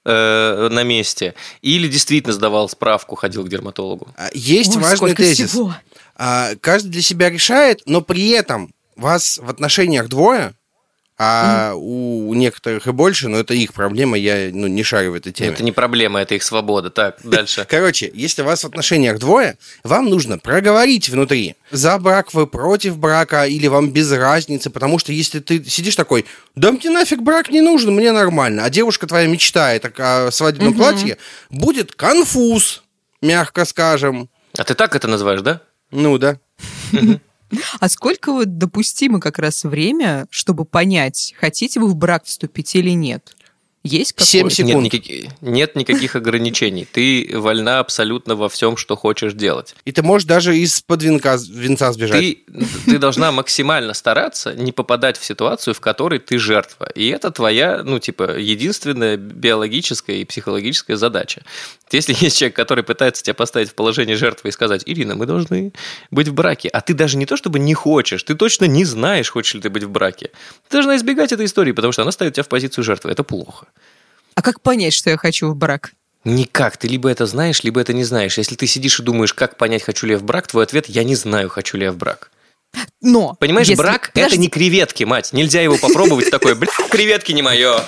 э, на месте, или действительно сдавал справку, ходил к дерматологу? Есть Ой, важный сколько тезис. всего. А, каждый для себя решает, но при этом вас в отношениях двое, а mm. у некоторых и больше, но это их проблема, я ну, не шарю в этой теме. Это не проблема, это их свобода. Так, дальше. Короче, если у вас в отношениях двое, вам нужно проговорить внутри, за брак вы, против брака, или вам без разницы, потому что если ты сидишь такой, да мне нафиг брак не нужен, мне нормально, а девушка твоя мечтает о свадебном mm-hmm. платье, будет конфуз, мягко скажем. А ты так это называешь, да? Ну да. А сколько вот допустимо как раз время, чтобы понять, хотите вы в брак вступить или нет? Есть какое-то? семь секунд. Нет, никак... Нет никаких ограничений. Ты вольна абсолютно во всем, что хочешь делать. И ты можешь даже из-под венка, венца сбежать. Ты, ты должна максимально стараться не попадать в ситуацию, в которой ты жертва. И это твоя, ну, типа, единственная биологическая и психологическая задача. Если есть человек, который пытается тебя поставить в положение жертвы и сказать: Ирина, мы должны быть в браке, а ты даже не то чтобы не хочешь, ты точно не знаешь, хочешь ли ты быть в браке. Ты должна избегать этой истории, потому что она ставит тебя в позицию жертвы. Это плохо. А как понять, что я хочу в брак? Никак. Ты либо это знаешь, либо это не знаешь. Если ты сидишь и думаешь, как понять, хочу ли я в брак, твой ответ: я не знаю, хочу ли я в брак. Но... Понимаешь, если... брак – Подожди. это не креветки, мать. Нельзя его попробовать такое: блин, креветки не мое.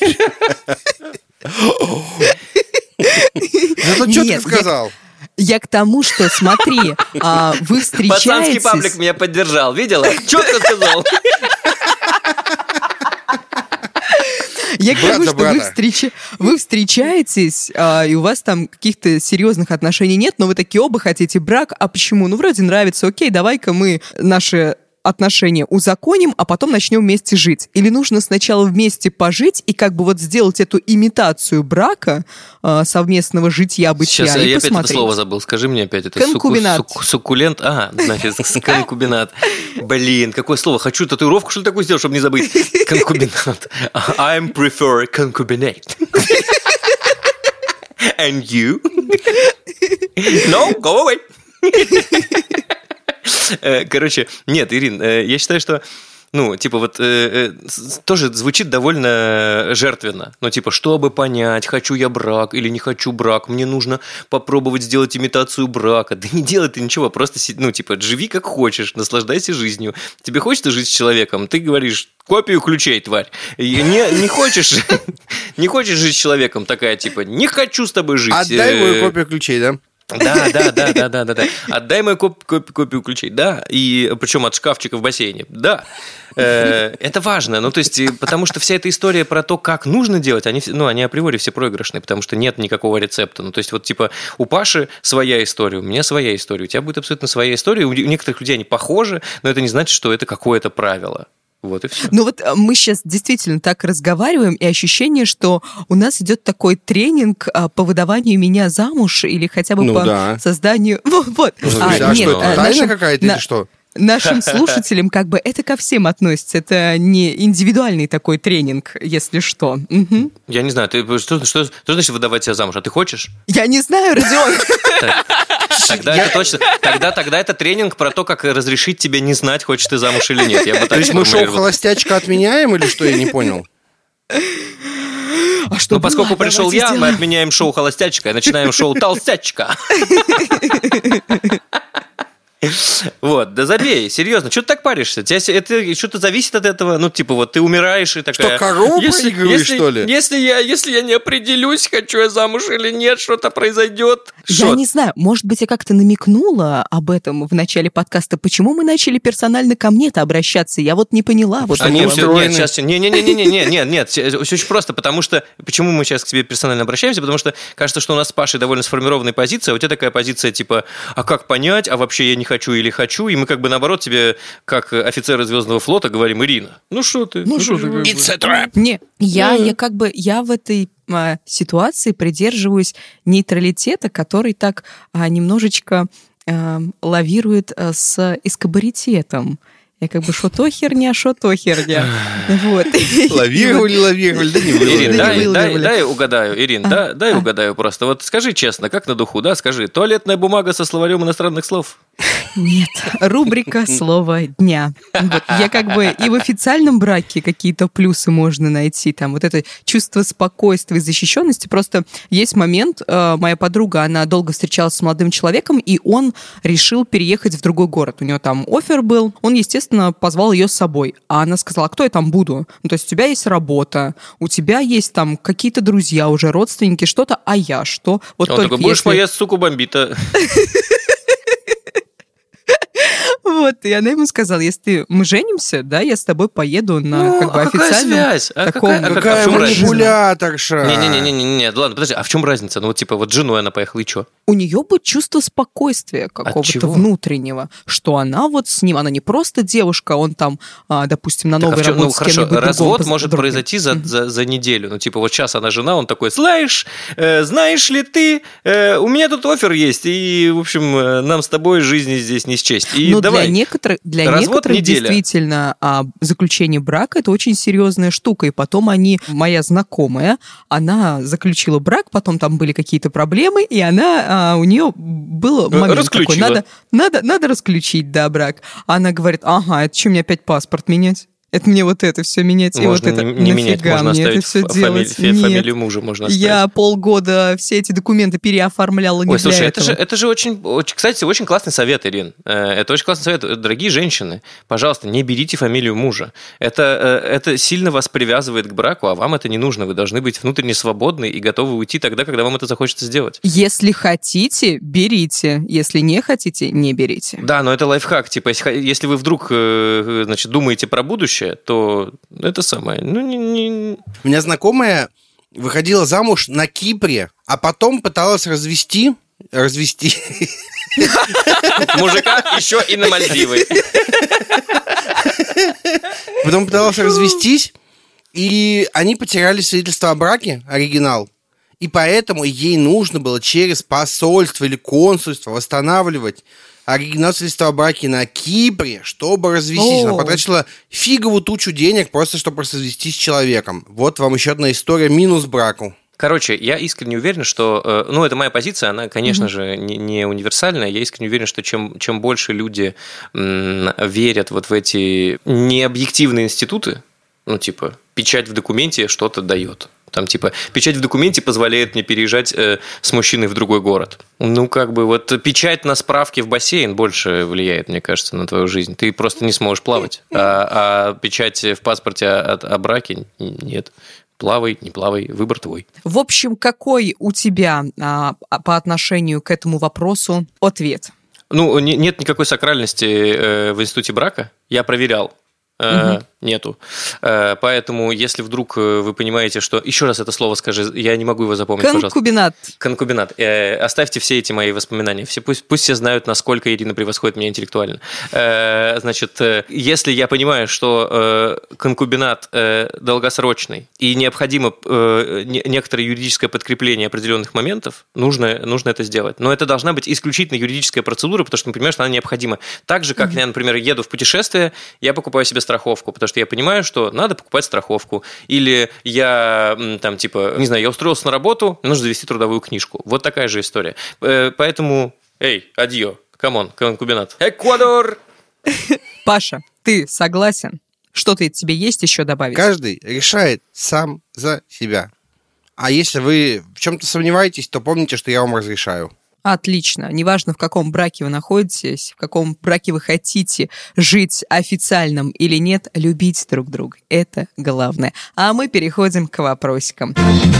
Зато что ты сказал? Я к тому, что, смотри, а, вы встречаетесь... Пацанский паблик меня поддержал. Видела? Четко сказал. Я к Брат тому, за что вы, брата. встреча... вы встречаетесь, а, и у вас там каких-то серьезных отношений нет, но вы такие оба хотите брак. А почему? Ну, вроде нравится, окей, давай-ка мы наши отношения узаконим, а потом начнем вместе жить. Или нужно сначала вместе пожить и как бы вот сделать эту имитацию брака, а, совместного житья, бытия, Сейчас и я опять посмотреть. это слово забыл. Скажи мне опять. Это Конкубинат. Суку, суку, суккулент. А, значит, конкубинат. Блин, какое слово. Хочу татуировку, что ли, такую сделать, чтобы не забыть. Конкубинат. I'm prefer concubinate. And you? No, go away. Короче, нет, Ирин, я считаю, что, ну, типа, вот э, э, тоже звучит довольно жертвенно. Ну, типа, чтобы понять, хочу я брак или не хочу брак, мне нужно попробовать сделать имитацию брака. Да не делай ты ничего, просто, ну, типа, живи как хочешь, наслаждайся жизнью. Тебе хочется жить с человеком, ты говоришь: копию ключей, тварь. И не, не хочешь, не хочешь жить с человеком, такая, типа, не хочу с тобой жить. Отдай мою копию ключей, да? Да, да, да, да, да, да, да. Отдай мою коп- коп- копию ключей, да, и причем от шкафчика в бассейне, да. Э, это важно, ну то есть, потому что вся эта история про то, как нужно делать, они, ну, они априори все проигрышные, потому что нет никакого рецепта. Ну то есть, вот типа у Паши своя история, у меня своя история, у тебя будет абсолютно своя история, у некоторых людей они похожи, но это не значит, что это какое-то правило. Вот и все. Ну вот мы сейчас действительно так разговариваем, и ощущение, что у нас идет такой тренинг а, по выдаванию меня замуж или хотя бы Ну по да. созданию... Вот, вот. Ну, А, а нет, что, а, тайна нашим- какая-то на- или что? Нашим слушателям как бы это ко всем относится. Это не индивидуальный такой тренинг, если что. Мгм. Я не знаю, ты что, что, что значит выдавать себя замуж? А ты хочешь? Я не знаю, Родион. Тогда это точно. Тогда, тогда это тренинг про то, как разрешить тебе не знать, хочешь ты замуж или нет. Я бы так То есть мы шоу сформулировал. «Холостячка» отменяем или что, я не понял? А что Ну, поскольку было? пришел Давайте я, мы сделаем. отменяем шоу «Холостячка» и начинаем шоу «Толстячка». Вот, да забей, серьезно, что ты так паришься? Тебя, се- это что-то зависит от этого? Ну, типа, вот ты умираешь и такая... корову проигрываешь, что ли? Если я, если я не определюсь, хочу я замуж или нет, что-то произойдет. Я не знаю, может быть, я как-то намекнула об этом в начале подкаста. Почему мы начали персонально ко мне-то обращаться? Я вот не поняла. Вот Они Они этого. все, устроены. нет, сейчас, не, не, не, не, не, не, нет, нет, все очень просто, потому что почему мы сейчас к тебе персонально обращаемся, потому что кажется, что у нас с Пашей довольно сформированная позиция, а у тебя такая позиция типа, а как понять, а вообще я не хочу или хочу, и мы как бы наоборот тебе, как офицеры Звездного флота, говорим: Ирина, ну что ты, ну что ты, It's a trap. Не, я, Ну. я как бы, я в этой а, ситуации придерживаюсь нейтралитета, который так а, немножечко а, лавирует а, с эскобаритетом. Я как бы, шо то херня, шо то херня. Вот. Лавировали, лавировали, да не Ирин, выловили. дай, выловили. дай, дай угадаю, Ирин, да, дай а. угадаю просто. Вот скажи честно, как на духу, да, скажи, туалетная бумага со словарем иностранных слов. Нет, рубрика «Слово дня». Вот, я как бы и в официальном браке какие-то плюсы можно найти, там вот это чувство спокойствия и защищенности. Просто есть момент, э, моя подруга, она долго встречалась с молодым человеком, и он решил переехать в другой город. У него там оффер был, он, естественно, позвал ее с собой. А она сказала: кто я там буду? Ну, то есть у тебя есть работа, у тебя есть там какие-то друзья уже, родственники, что-то, а я что? Вот он только такой: будешь если... моя суку бомбита. Вот, и она ему сказала: если мы женимся, да, я с тобой поеду на Ну, как бы а какая официальном связь? А таком... какая- а как- Какая а в чем разница? манипуляторша. Не-не-не-не-не, ладно, подожди, а в чем разница? Ну вот типа вот с женой она поехала, и что? У нее будет чувство спокойствия какого-то чего? внутреннего, что она вот с ним, она не просто девушка, он там, а, допустим, на Так, а новой в чём- работе ну с хорошо, кем-нибудь развод другом, может другим. произойти за, за, за неделю. Ну типа вот сейчас она жена, он такой: знаешь, э, знаешь ли ты, э, у меня тут оффер есть, и, в общем, э, нам с тобой жизни здесь не счесть. И Но давай. для некоторых, для Развод некоторых неделя. действительно а, заключение брака — это очень серьезная штука. И потом они, моя знакомая, она заключила брак, потом там были какие-то проблемы, и она, а, у нее был момент такой: Расключила. надо, надо, надо расключить, да, брак. Она говорит: ага, это что, мне опять паспорт менять? Это мне вот это все менять, и Можно вот это. не, не менять, Нафига можно мне это оставить все фа- делать? фамилию, Нет. фамилию мужа можно оставить. Я полгода все эти документы переоформляла не Ой, для слушай, этого. это же, это же очень, очень, кстати, очень классный совет, Ирин. Э, Это очень классный совет. Дорогие женщины, пожалуйста, не берите фамилию мужа. Это, э, это сильно вас привязывает к браку, а вам это не нужно. Вы должны быть внутренне свободны и готовы уйти тогда, когда вам это захочется сделать. Если хотите, берите. Если не хотите, не берите. Да, но это лайфхак. Типа, если, если вы вдруг, э, значит, думаете про будущее, то это самое. Ну, не, не... У меня знакомая выходила замуж на Кипре, а потом пыталась развести... Развести... Мужика еще и на Мальдивы. Потом пыталась развестись, и они потеряли свидетельство о браке, оригинал. И поэтому ей нужно было через посольство или консульство восстанавливать оригинал свидетельства о браке на Кипре, чтобы развестись. О. Она потратила фиговую тучу денег просто, чтобы развестись с человеком. Вот вам еще одна история минус браку. Короче, я искренне уверен, что... э, Ну, это моя позиция, она, конечно же, не, не универсальная. Я искренне уверен, что чем, чем больше люди м, верят вот в эти необъективные институты, ну, типа, печать в документе что-то дает. Там, типа, печать в документе позволяет мне переезжать э, с мужчиной в другой город. Ну, как бы, вот печать на справке в бассейн больше влияет, мне кажется, на твою жизнь. Ты просто не сможешь плавать. А, а печать в паспорте о, о браке нет. Плавай, не плавай, выбор твой. В общем, какой у тебя а, по отношению к этому вопросу ответ? Ну, не, нет никакой сакральности э, в институте брака. Я проверял. Э, Угу. Нету. Э, Поэтому, если вдруг э, вы понимаете, что... Еще раз это слово скажи, я не могу его запомнить, пожалуйста. Конкубинат. Конкубинат. Э, Оставьте все эти мои воспоминания. Все, пусть, пусть все знают, насколько Ирина превосходит меня интеллектуально. Э, Значит, э, если я понимаю, что э, конкубинат э, долгосрочный и необходимо э, не- некоторое юридическое подкрепление определенных моментов, нужно, нужно это сделать. Но это должна быть исключительно юридическая процедура, потому что мы понимаем, что она необходима. Так же, как я, например, еду в путешествие, я покупаю себе страховку, потому что я понимаю, что надо покупать страховку. Или я, м, там, типа, не знаю, я устроился на работу, мне нужно завести трудовую книжку. Вот такая же история. Э, Поэтому, эй, адьё, камон, конкубинат. Эквадор! Паша, ты согласен? Что-то тебе есть еще добавить? Каждый решает сам за себя. А если вы в чем-то сомневаетесь, то помните, что я вам разрешаю. Отлично. Неважно, в каком браке вы находитесь, в каком браке вы хотите жить, официальном или нет, любить друг друга. Это главное. А мы переходим к вопросикам.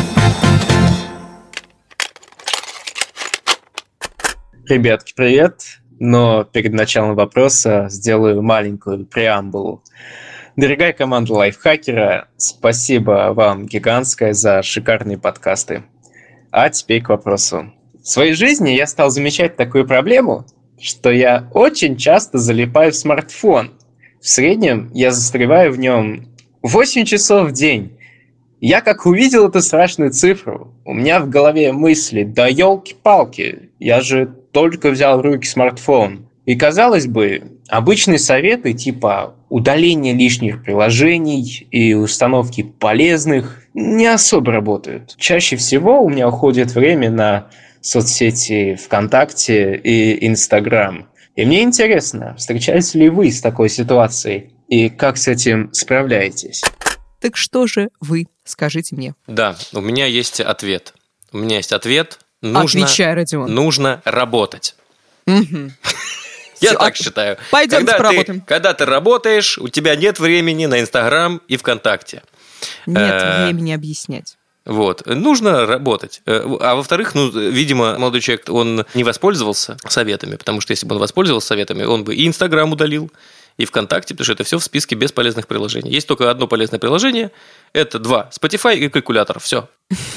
Ребятки, привет! Но перед началом вопроса сделаю маленькую преамбулу. Дорогая команда лайфхакера, спасибо вам гигантское за шикарные подкасты. А теперь к вопросу. В своей жизни я стал замечать такую проблему, что я очень часто залипаю в смартфон. В среднем я застреваю в нем восемь часов в день. Я как увидел эту страшную цифру, у меня в голове мысли: да елки-палки, я же только взял в руки смартфон. И, казалось бы, обычные советы типа удаления лишних приложений и установки полезных не особо работают. Чаще всего у меня уходит время на соцсети ВКонтакте и Инстаграм. И мне интересно, встречаетесь ли вы с такой ситуацией и как с этим справляетесь? Так что же вы, скажите мне? Да, у меня есть ответ. У меня есть ответ. Нужно, Отвечай, Родион. Нужно работать. Угу. Я Всё, так а- считаю. пойдёмте когда поработаем. Ты, когда ты работаешь, у тебя нет времени на Инстаграм и ВКонтакте. Нет Э, времени объяснять. Вот. Нужно работать. Э, А во-вторых, ну, видимо, молодой человек, он не воспользовался советами, потому что если бы он воспользовался советами, он бы и Инстаграм удалил, и ВКонтакте, потому что это все в списке бесполезных приложений. Есть только одно полезное приложение, это два, Spotify и калькулятор, все.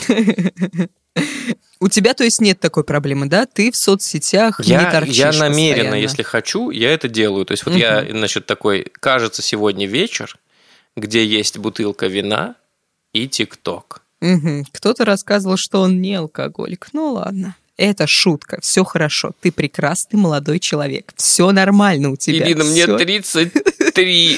У тебя, то есть, нет такой проблемы, да? Ты в соцсетях не Я, торчишь я намеренно, постоянно. если хочу, я это делаю. То есть вот Мгм. я, значит, такой, кажется, сегодня вечер, где есть бутылка вина и ТикТок. Мгм. Кто-то рассказывал, что он не алкоголик. Ну ладно. Это шутка. Все хорошо. Ты прекрасный молодой человек. Все нормально у тебя. Ирина, мне Всё- тридцать три.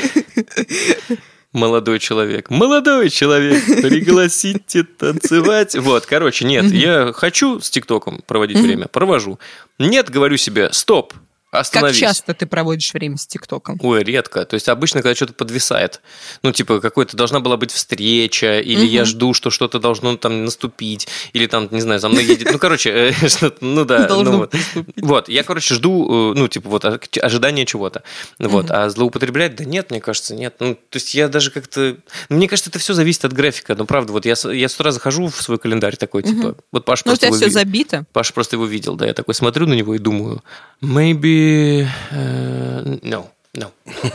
Молодой человек. Молодой человек, пригласите танцевать. Вот, короче, нет, я хочу с ТикТоком проводить время, провожу. Нет, говорю себе, стоп, Как остановись. часто ты проводишь время с ТикТоком? Ой, редко. То есть обычно, когда что-то подвисает, ну, типа, какой-то должна была быть встреча, или я жду, что что-то должно там наступить, или там, не знаю, за мной едет. Ну, короче, э, что-то, ну да. Должно ну, вот. наступить. Вот, я, короче, жду, э, ну, типа, вот, о- ожидание чего-то. Вот, а злоупотреблять, да нет, мне кажется, нет. Ну, то есть я даже как-то... ну, Мне кажется, это все зависит от графика. Ну, правда, вот я, с- я с утра захожу в свой календарь такой, типа, вот Паша Ну, у просто тебя его все ви- забито. Паша просто его видел, да, я такой смотрю на него и думаю, maybe, э, no, no.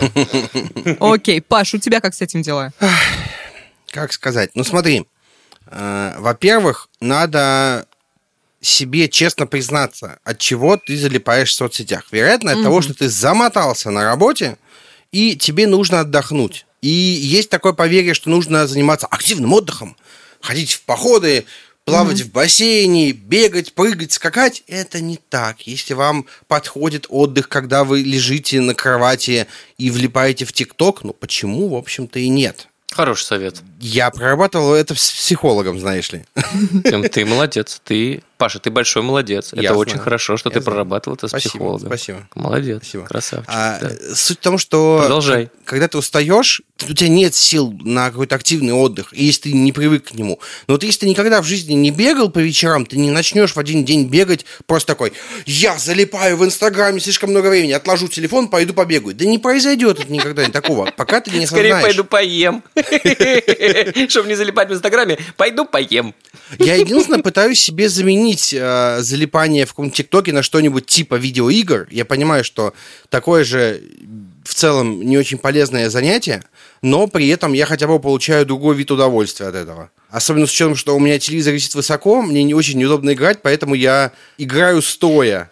Окей, Паш, у тебя как с этим дела? Как сказать? Ну, смотри. э, Во-первых, надо себе честно признаться, от чего ты залипаешь в соцсетях. Вероятно, от того, что ты замотался на работе, и тебе нужно отдохнуть. И есть такое поверье, что нужно заниматься активным отдыхом, ходить в походы, плавать в бассейне, бегать, прыгать, скакать. Это не так. Если вам подходит отдых, когда вы лежите на кровати и влипаете в ТикТок, ну почему, в общем-то, и нет. Хороший совет. Я прорабатывал это с психологом, знаешь ли. Тим, ты молодец. Ты, Паша, ты большой молодец. Я Это знаю. очень хорошо, что Я ты знаю. прорабатывал это с Спасибо, психологом. спасибо. Молодец. Спасибо. Красавчик. А, да. Суть в том, что Продолжай. к- когда ты устаешь, у тебя нет сил на какой-то активный отдых, и если ты не привык к нему. Но вот если ты никогда в жизни не бегал по вечерам, ты не начнешь в один день бегать просто такой, я залипаю в Инстаграме слишком много времени, отложу телефон, пойду побегаю. Да не произойдет это никогда такого, пока ты не Скорее осознаешь. пойду поем. Чтобы не залипать в Инстаграме, пойду поем. Я единственное пытаюсь себе заменить э, залипание в каком-то ТикТоке на что-нибудь типа видеоигр. Я понимаю, что такое же в целом не очень полезное занятие, но при этом я хотя бы получаю другой вид удовольствия от этого. Особенно с учетом, что у меня телевизор висит высоко, мне не очень неудобно играть, поэтому я играю стоя.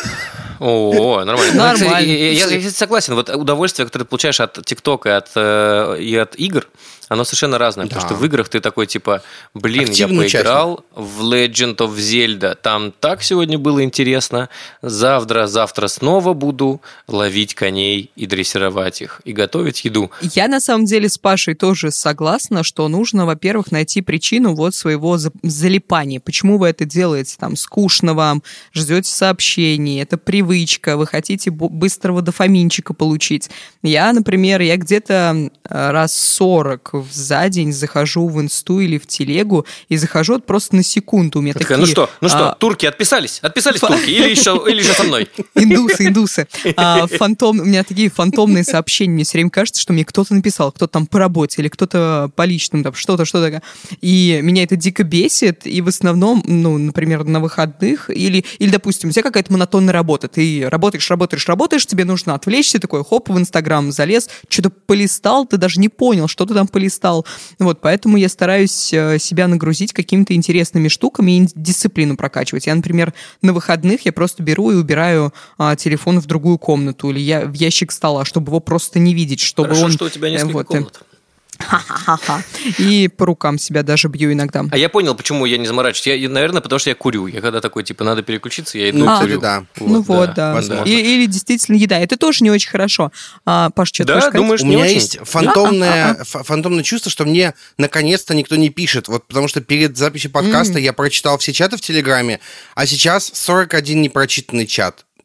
О, нормально. Нормально. Ну, кстати, Я, я- я, кстати, согласен. Вот удовольствие, которое ты получаешь от ТикТока и от, э, и от игр, оно совершенно разное. Потому Да. что в играх ты такой, типа, блин, Активный я поиграл в Legend of Zelda. Там так сегодня было интересно. Завтра, завтра снова буду ловить коней и дрессировать их. И готовить еду. Я на самом деле с Пашей тоже согласна, что нужно, во-первых, найти причину вот своего за- залипания. Почему вы это делаете? Там скучно вам, ждете сообщений, это привычка, вы хотите бу- быстрого дофаминчика получить. Я, например, я где-то э, раз сорок за день захожу в инсту или в телегу и захожу вот просто на секунду. У меня Такая, такие, ну что, ну что, а, турки отписались? Отписались турки? Или еще, или еще со мной? Индусы, индусы. А, фантом, у меня такие фантомные сообщения. Мне все время кажется, что мне кто-то написал, кто-то там по работе или кто-то по личным, там что-то, что-то. И меня это дико бесит. И в основном, ну, например, на выходных или, или допустим, у тебя какая-то монотонная работа. Ты работаешь, работаешь, работаешь, тебе нужно отвлечься, такой, хоп, в Инстаграм залез, что-то полистал, ты даже не понял, что ты там полистал. Вот, поэтому я стараюсь э, себя нагрузить какими-то интересными штуками и дисциплину прокачивать. Я, например, на выходных я просто беру и убираю а, телефон в другую комнату или я в ящик стола, чтобы его просто не видеть, чтобы Хорошо, он... что у тебя э, несколько вот, э, комнат. ха-ха-ха-ха. И по рукам себя даже бью иногда. А я понял, почему я не заморачиваюсь. Я, наверное, потому что я курю. Я когда такой, типа, надо переключиться, я иду Ну, и А. кстати, курю. да. Ну вот, да. возможно. И- или действительно еда. Это тоже не очень хорошо. А, Паш, что ты Да, хочешь сказать? думаешь, У не меня очень? есть фантомное, А, фа- фантомное чувство, что мне наконец-то никто не пишет. Вот потому что перед записью подкаста я прочитал все чаты в Телеграме, а сейчас сорок один непрочитанный чат.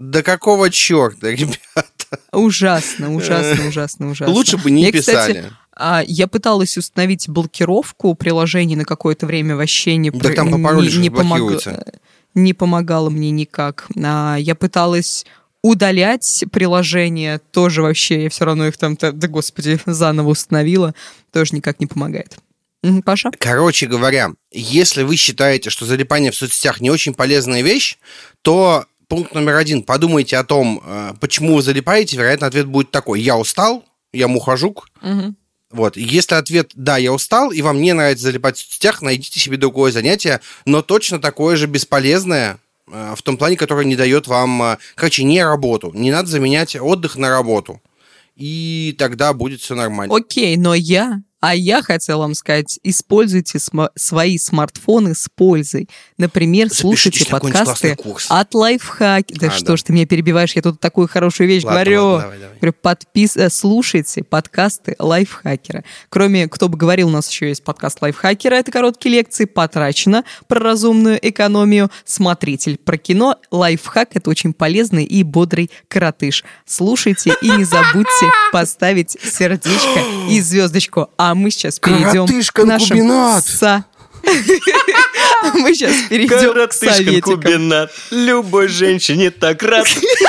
Да какого черта, ребята? Ужасно, ужасно, ужасно, ужасно. Лучше бы не я, писали. Кстати, я пыталась установить блокировку приложений на какое-то время, вообще не, Да там по паролю же не, помог... не помогало мне никак. Я пыталась удалять приложения, тоже вообще, я все равно их там, да господи, заново установила, тоже никак не помогает. Паша? Короче говоря, если вы считаете, что залипание в соцсетях не очень полезная вещь, то пункт номер один. Подумайте о том, почему вы залипаете. Вероятно, ответ будет такой. Я устал, я мухожук. Угу. Вот. Если ответ «да, я устал», и вам не нравится залипать в соцсетях, найдите себе другое занятие, но точно такое же бесполезное, в том плане, которое не дает вам, короче, не работу. Не надо заменять отдых на работу. И тогда будет все нормально. Окей, но я... А я хотела вам сказать, используйте см- свои смартфоны с пользой. Например, слушайте подкасты от Лайфхаки. Да а, что да. ж ты меня перебиваешь, я тут такую хорошую вещь ладно, говорю. Ладно, давай, давай. Говорю, подпис... Слушайте подкасты Лайфхакера. Кроме, кто бы говорил, у нас еще есть подкаст Лайфхакера, это короткие лекции, потрачено про разумную экономию, смотритель про кино. Лайфхак — это очень полезный и бодрый коротыш. Слушайте и не забудьте поставить сердечко и звездочку. А мы сейчас перейдем к нашим са... Мы сейчас перейдем к советикам. Коротыш-конкубинат. Любой женщине так рад.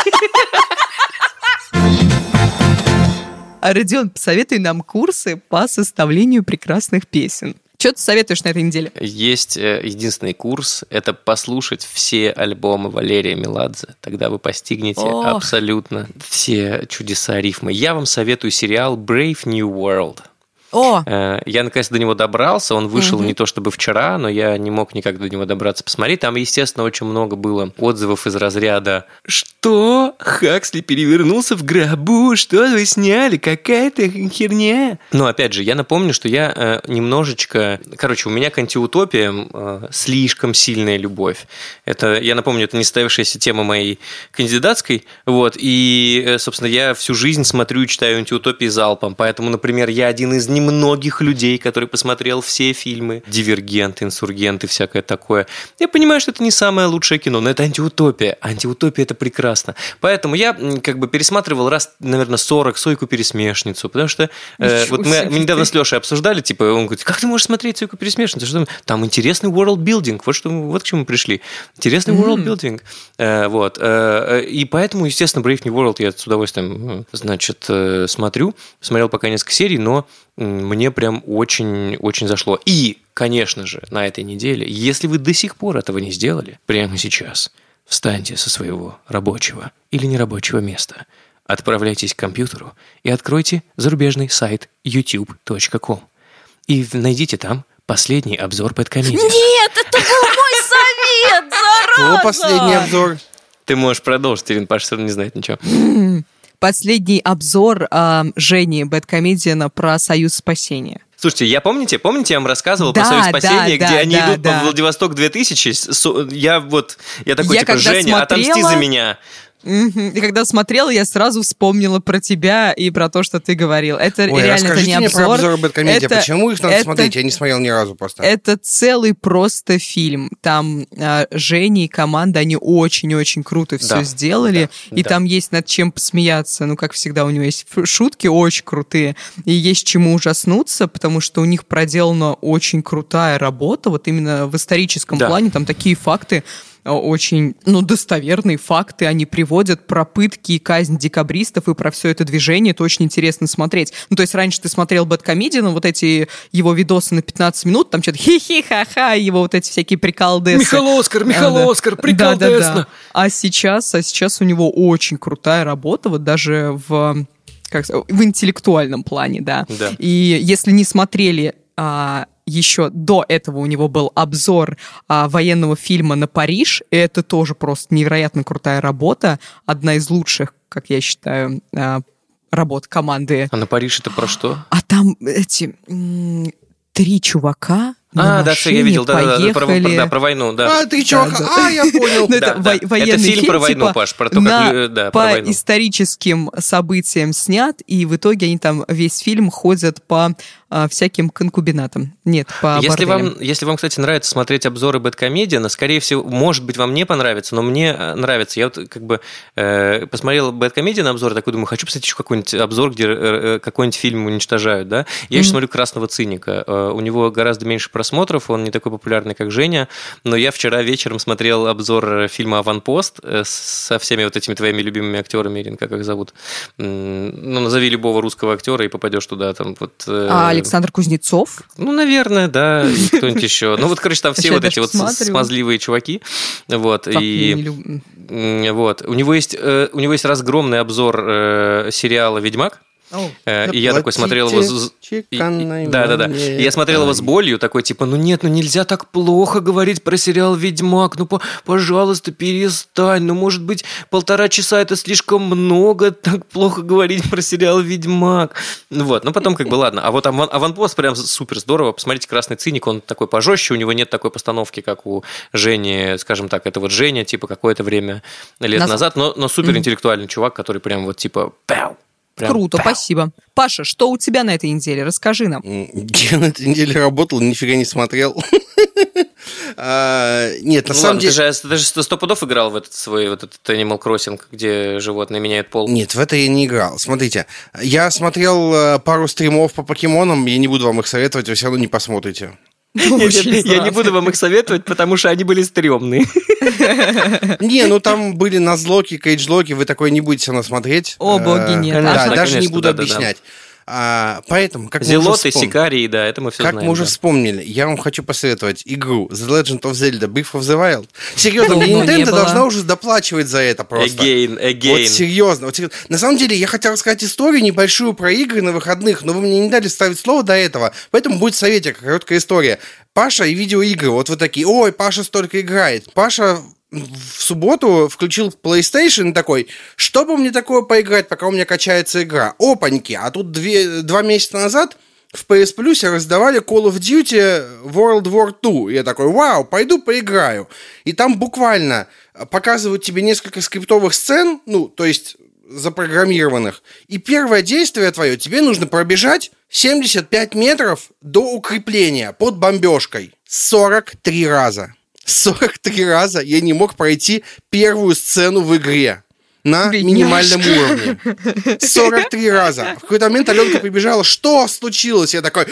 А, Родион, посоветуй нам курсы по составлению прекрасных песен. Что ты советуешь на этой неделе? Есть единственный курс, это послушать все альбомы Валерия Меладзе. Тогда вы постигнете Ох. абсолютно все чудеса рифмы. Я вам советую сериал Brave New World. О! Я, наконец, до него добрался. Он вышел угу. не то чтобы вчера, но я не мог никак до него добраться посмотреть. Там, естественно, очень много было отзывов из разряда «Что? Хаксли перевернулся в гробу? Что вы сняли? Какая-то херня!» Но, опять же, я напомню, что я э, немножечко... Короче, у меня к антиутопиям э, слишком сильная любовь. Это, я напомню, это не ставившаяся тема моей кандидатской. Вот, и, собственно, я всю жизнь смотрю и читаю антиутопии залпом. Поэтому, например, я один из немногих многих людей, который посмотрел все фильмы «Дивергент», «Инсургент» и всякое такое. Я понимаю, что это не самое лучшее кино, но это антиутопия. Антиутопия – это прекрасно. Поэтому я как бы пересматривал раз, наверное, сорок «Сойку-пересмешницу», потому что э, вот мы, мы недавно с Лешей обсуждали, типа, он говорит, как ты можешь смотреть «Сойку-пересмешницу»? Что там интересный world-building, вот, что, вот к чему мы пришли. Интересный mm-hmm. world-building. Э, вот. Э, и поэтому, естественно, Brave New World я с удовольствием, значит, э, смотрю. Смотрел пока несколько серий, но мне прям очень-очень зашло. И, конечно же, на этой неделе, если вы до сих пор этого не сделали, прямо сейчас встаньте со своего рабочего или нерабочего места, отправляйтесь к компьютеру и откройте зарубежный сайт ютуб точка ком и найдите там последний обзор Бэдкомедиана. Нет, это был мой совет, зараза! Кто последний обзор? Ты можешь продолжить, Ирина, Паша все равно не знает ничего. Последний обзор э, Жени Бэдкомедиана про Союз спасения. Слушайте, я помните, помните, я вам рассказывал да, про Союз спасения, да, где да, они да, идут да. по Владивосток две тысячи. Я вот, я такой, я типа, Женя, смотрела... отомсти за меня. И когда смотрела, я сразу вспомнила про тебя и про то, что ты говорил. Это Ой, реально это не мне обзор. Про обзор Бэдкомедиана. Это, Почему их надо это, смотреть? Я не смотрел ни разу просто. Это целый просто фильм. Там а, Женя и команда, они очень-очень круто все да, сделали. Да, и да. там есть над чем посмеяться. Ну, как всегда, у него есть шутки очень крутые. И есть чему ужаснуться, потому что у них проделана очень крутая работа. Вот именно в историческом да. плане там такие факты очень, ну, достоверные факты они приводят про пытки и казнь декабристов и про все это движение. Это очень интересно смотреть. Ну, то есть раньше ты смотрел Бэдкомедиана, вот эти его видосы на пятнадцать минут, там что-то хи-хи-ха-ха, его вот эти всякие приколдесы. Михаил Оскар, Михаил а, Оскар, приколдесно. Да, да, да. А сейчас, а сейчас у него очень крутая работа, вот даже в, как, в интеллектуальном плане, да. да. И если не смотрели... А, еще до этого у него был обзор а, военного фильма «На Париж», и это тоже просто невероятно крутая работа, одна из лучших, как я считаю, а, работ команды. А «На Париж» это про что? А там эти м- три чувака А, на да, все, я видел, да, да, да, про, про, да, про войну, да. А, три чувака, да, да. а, я понял. Ну, да, это, да. Во- военный это фильм, фильм про войну, типа, Паш, про то, на, как... Да, по про войну. историческим событиям снят, и в итоге они там, весь фильм ходят по а, всяким конкубинатам. Нет, по Если борделям. вам, если вам, кстати, нравится смотреть обзоры Бэдкомедиана, скорее всего, может быть, вам не понравится, но мне нравится. Я вот как бы э, посмотрел Бэдкомедиан обзор, такой думаю, хочу посмотреть еще какой-нибудь обзор, где э, какой-нибудь фильм уничтожают, да? Я mm-hmm. еще смотрю «Красного циника». Э, у него гораздо меньше просмотров, он не такой популярный, как Женя, но я вчера вечером смотрел обзор фильма «Аванпост» э, со всеми вот этими твоими любимыми актерами, Ирин, как их зовут? Ну, назови любого русского актера и попадешь туда. Там, вот, э... А Александр Кузнецов? Ну, наверное, да, и кто-нибудь еще. Ну, вот, короче, там все вот эти вот смазливые чуваки. Вот, и вот. У него есть у него есть разгромный обзор сериала «Ведьмак». Oh, и я такой смотрел его с... Да, да, да. И я смотрел его с болью, такой, типа, ну нет, ну нельзя так плохо говорить про сериал «Ведьмак», ну, пожалуйста, перестань, ну, может быть, полтора часа это слишком много, так плохо говорить про сериал «Ведьмак». Вот, ну, потом как бы, ладно. А вот «Аванпост» прям супер здорово. Посмотрите «Красный циник», он такой пожестче, у него нет такой постановки, как у Жени, скажем так, это вот Женя, типа, какое-то время лет Нас... назад, но, но супер интеллектуальный чувак, который прям вот, типа, пау. Прям Круто, пау. Спасибо. Паша, что у тебя на этой неделе? Расскажи нам. Я на этой неделе работал, нифига не смотрел. Нет, на самом деле... Ты же сто пудов играл в этот свой вот этот Animal Crossing, где животные меняют пол. Нет, в это я не играл. Смотрите, я смотрел пару стримов по покемонам, я не буду вам их советовать, вы все равно не посмотрите. Я не буду вам их советовать, потому что они были стрёмные. Не, ну там были назлоки, кейджлоки, вы такое не будете на смотреть. О, боги, нет. Да, даже не буду объяснять. А, поэтому, как Зелоты, мы уже вспомнили, сикарии, да, это мы все как знаем. мы уже да. вспомнили, я вам хочу посоветовать игру The Legend of Zelda Breath of the Wild. Серьезно, Давно не Nintendo было. должна уже доплачивать за это просто. Again, again. Вот серьезно, вот серьезно. На самом деле, я хотел рассказать историю небольшую про игры на выходных, но вы мне не дали ставить слово до этого, поэтому будет советик, короткая история. Паша и видеоигры, вот вы такие, ой, Паша столько играет. Паша в субботу включил PlayStation и такой, что бы мне такое поиграть, пока у меня качается игра? Опаньки, а тут две, два месяца назад в пи эс Plus раздавали Call of Duty World War Two. И я такой, вау, пойду поиграю. И там буквально показывают тебе несколько скриптовых сцен, ну, то есть запрограммированных. И первое действие твое, тебе нужно пробежать семьдесят пять метров до укрепления под бомбежкой. сорок три раза. сорок три раза я не мог пройти первую сцену в игре на Бедняжка. минимальном уровне. сорок три раза. В какой-то момент Аленка прибежала, что случилось? Я такой...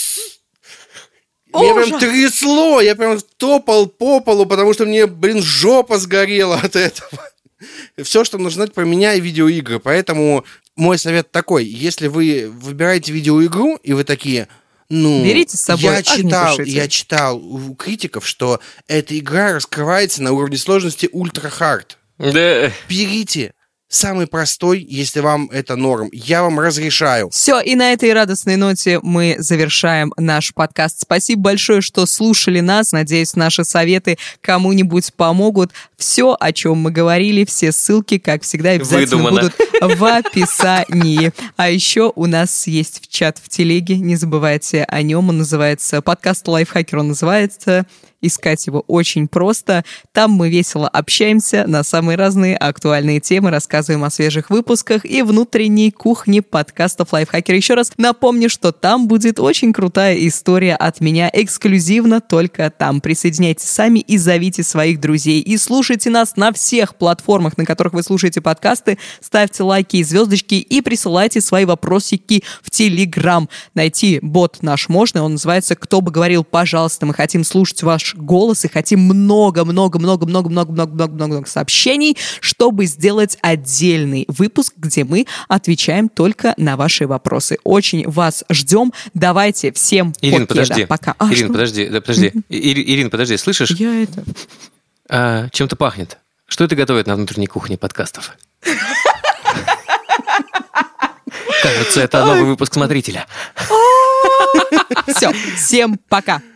Меня прям трясло, я прям топал по полу, потому что мне, блин, жопа сгорела от этого. Все, что нужно знать про меня и видеоигры. Поэтому мой совет такой, если вы выбираете видеоигру, и вы такие... Ну, берите с собой, я читал, я читал у критиков, что эта игра раскрывается на уровне сложности ультра-хард. Да. Берите самый простой, если вам это норм. Я вам разрешаю. Все, и на этой радостной ноте мы завершаем наш подкаст. Спасибо большое, что слушали нас. Надеюсь, наши советы кому-нибудь помогут. Все, о чем мы говорили, все ссылки, как всегда, обязательно Выдумано. будут в описании. А еще у нас есть чат в телеге, не забывайте о нем. Он называется подкаст «Лайфхакер», он называется... Искать его очень просто. Там мы весело общаемся на самые разные актуальные темы, рассказываем о свежих выпусках и внутренней кухне подкастов «Лайфхакер». Еще раз напомню, что там будет очень крутая история от меня, эксклюзивно только там. Присоединяйтесь сами и зовите своих друзей. И слушайте нас на всех платформах, на которых вы слушаете подкасты. Ставьте лайки и звездочки и присылайте свои вопросики в Телеграм. Найти бот наш можно, он называется «Кто бы говорил, пожалуйста». Мы хотим слушать ваш голос и хотим много-много-много-много-много-много-много сообщений, чтобы сделать отдельный выпуск, где мы отвечаем только на ваши вопросы. Очень вас ждем. Давайте всем Ирин, покеда. подожди. Пока. А, Ирин, что? подожди, да, подожди. Ир- Ирин, подожди, слышишь? Я это... А, чем-то пахнет. Что это готовит на внутренней кухне подкастов? Кажется, это новый выпуск «Смотрителя». Все, всем пока.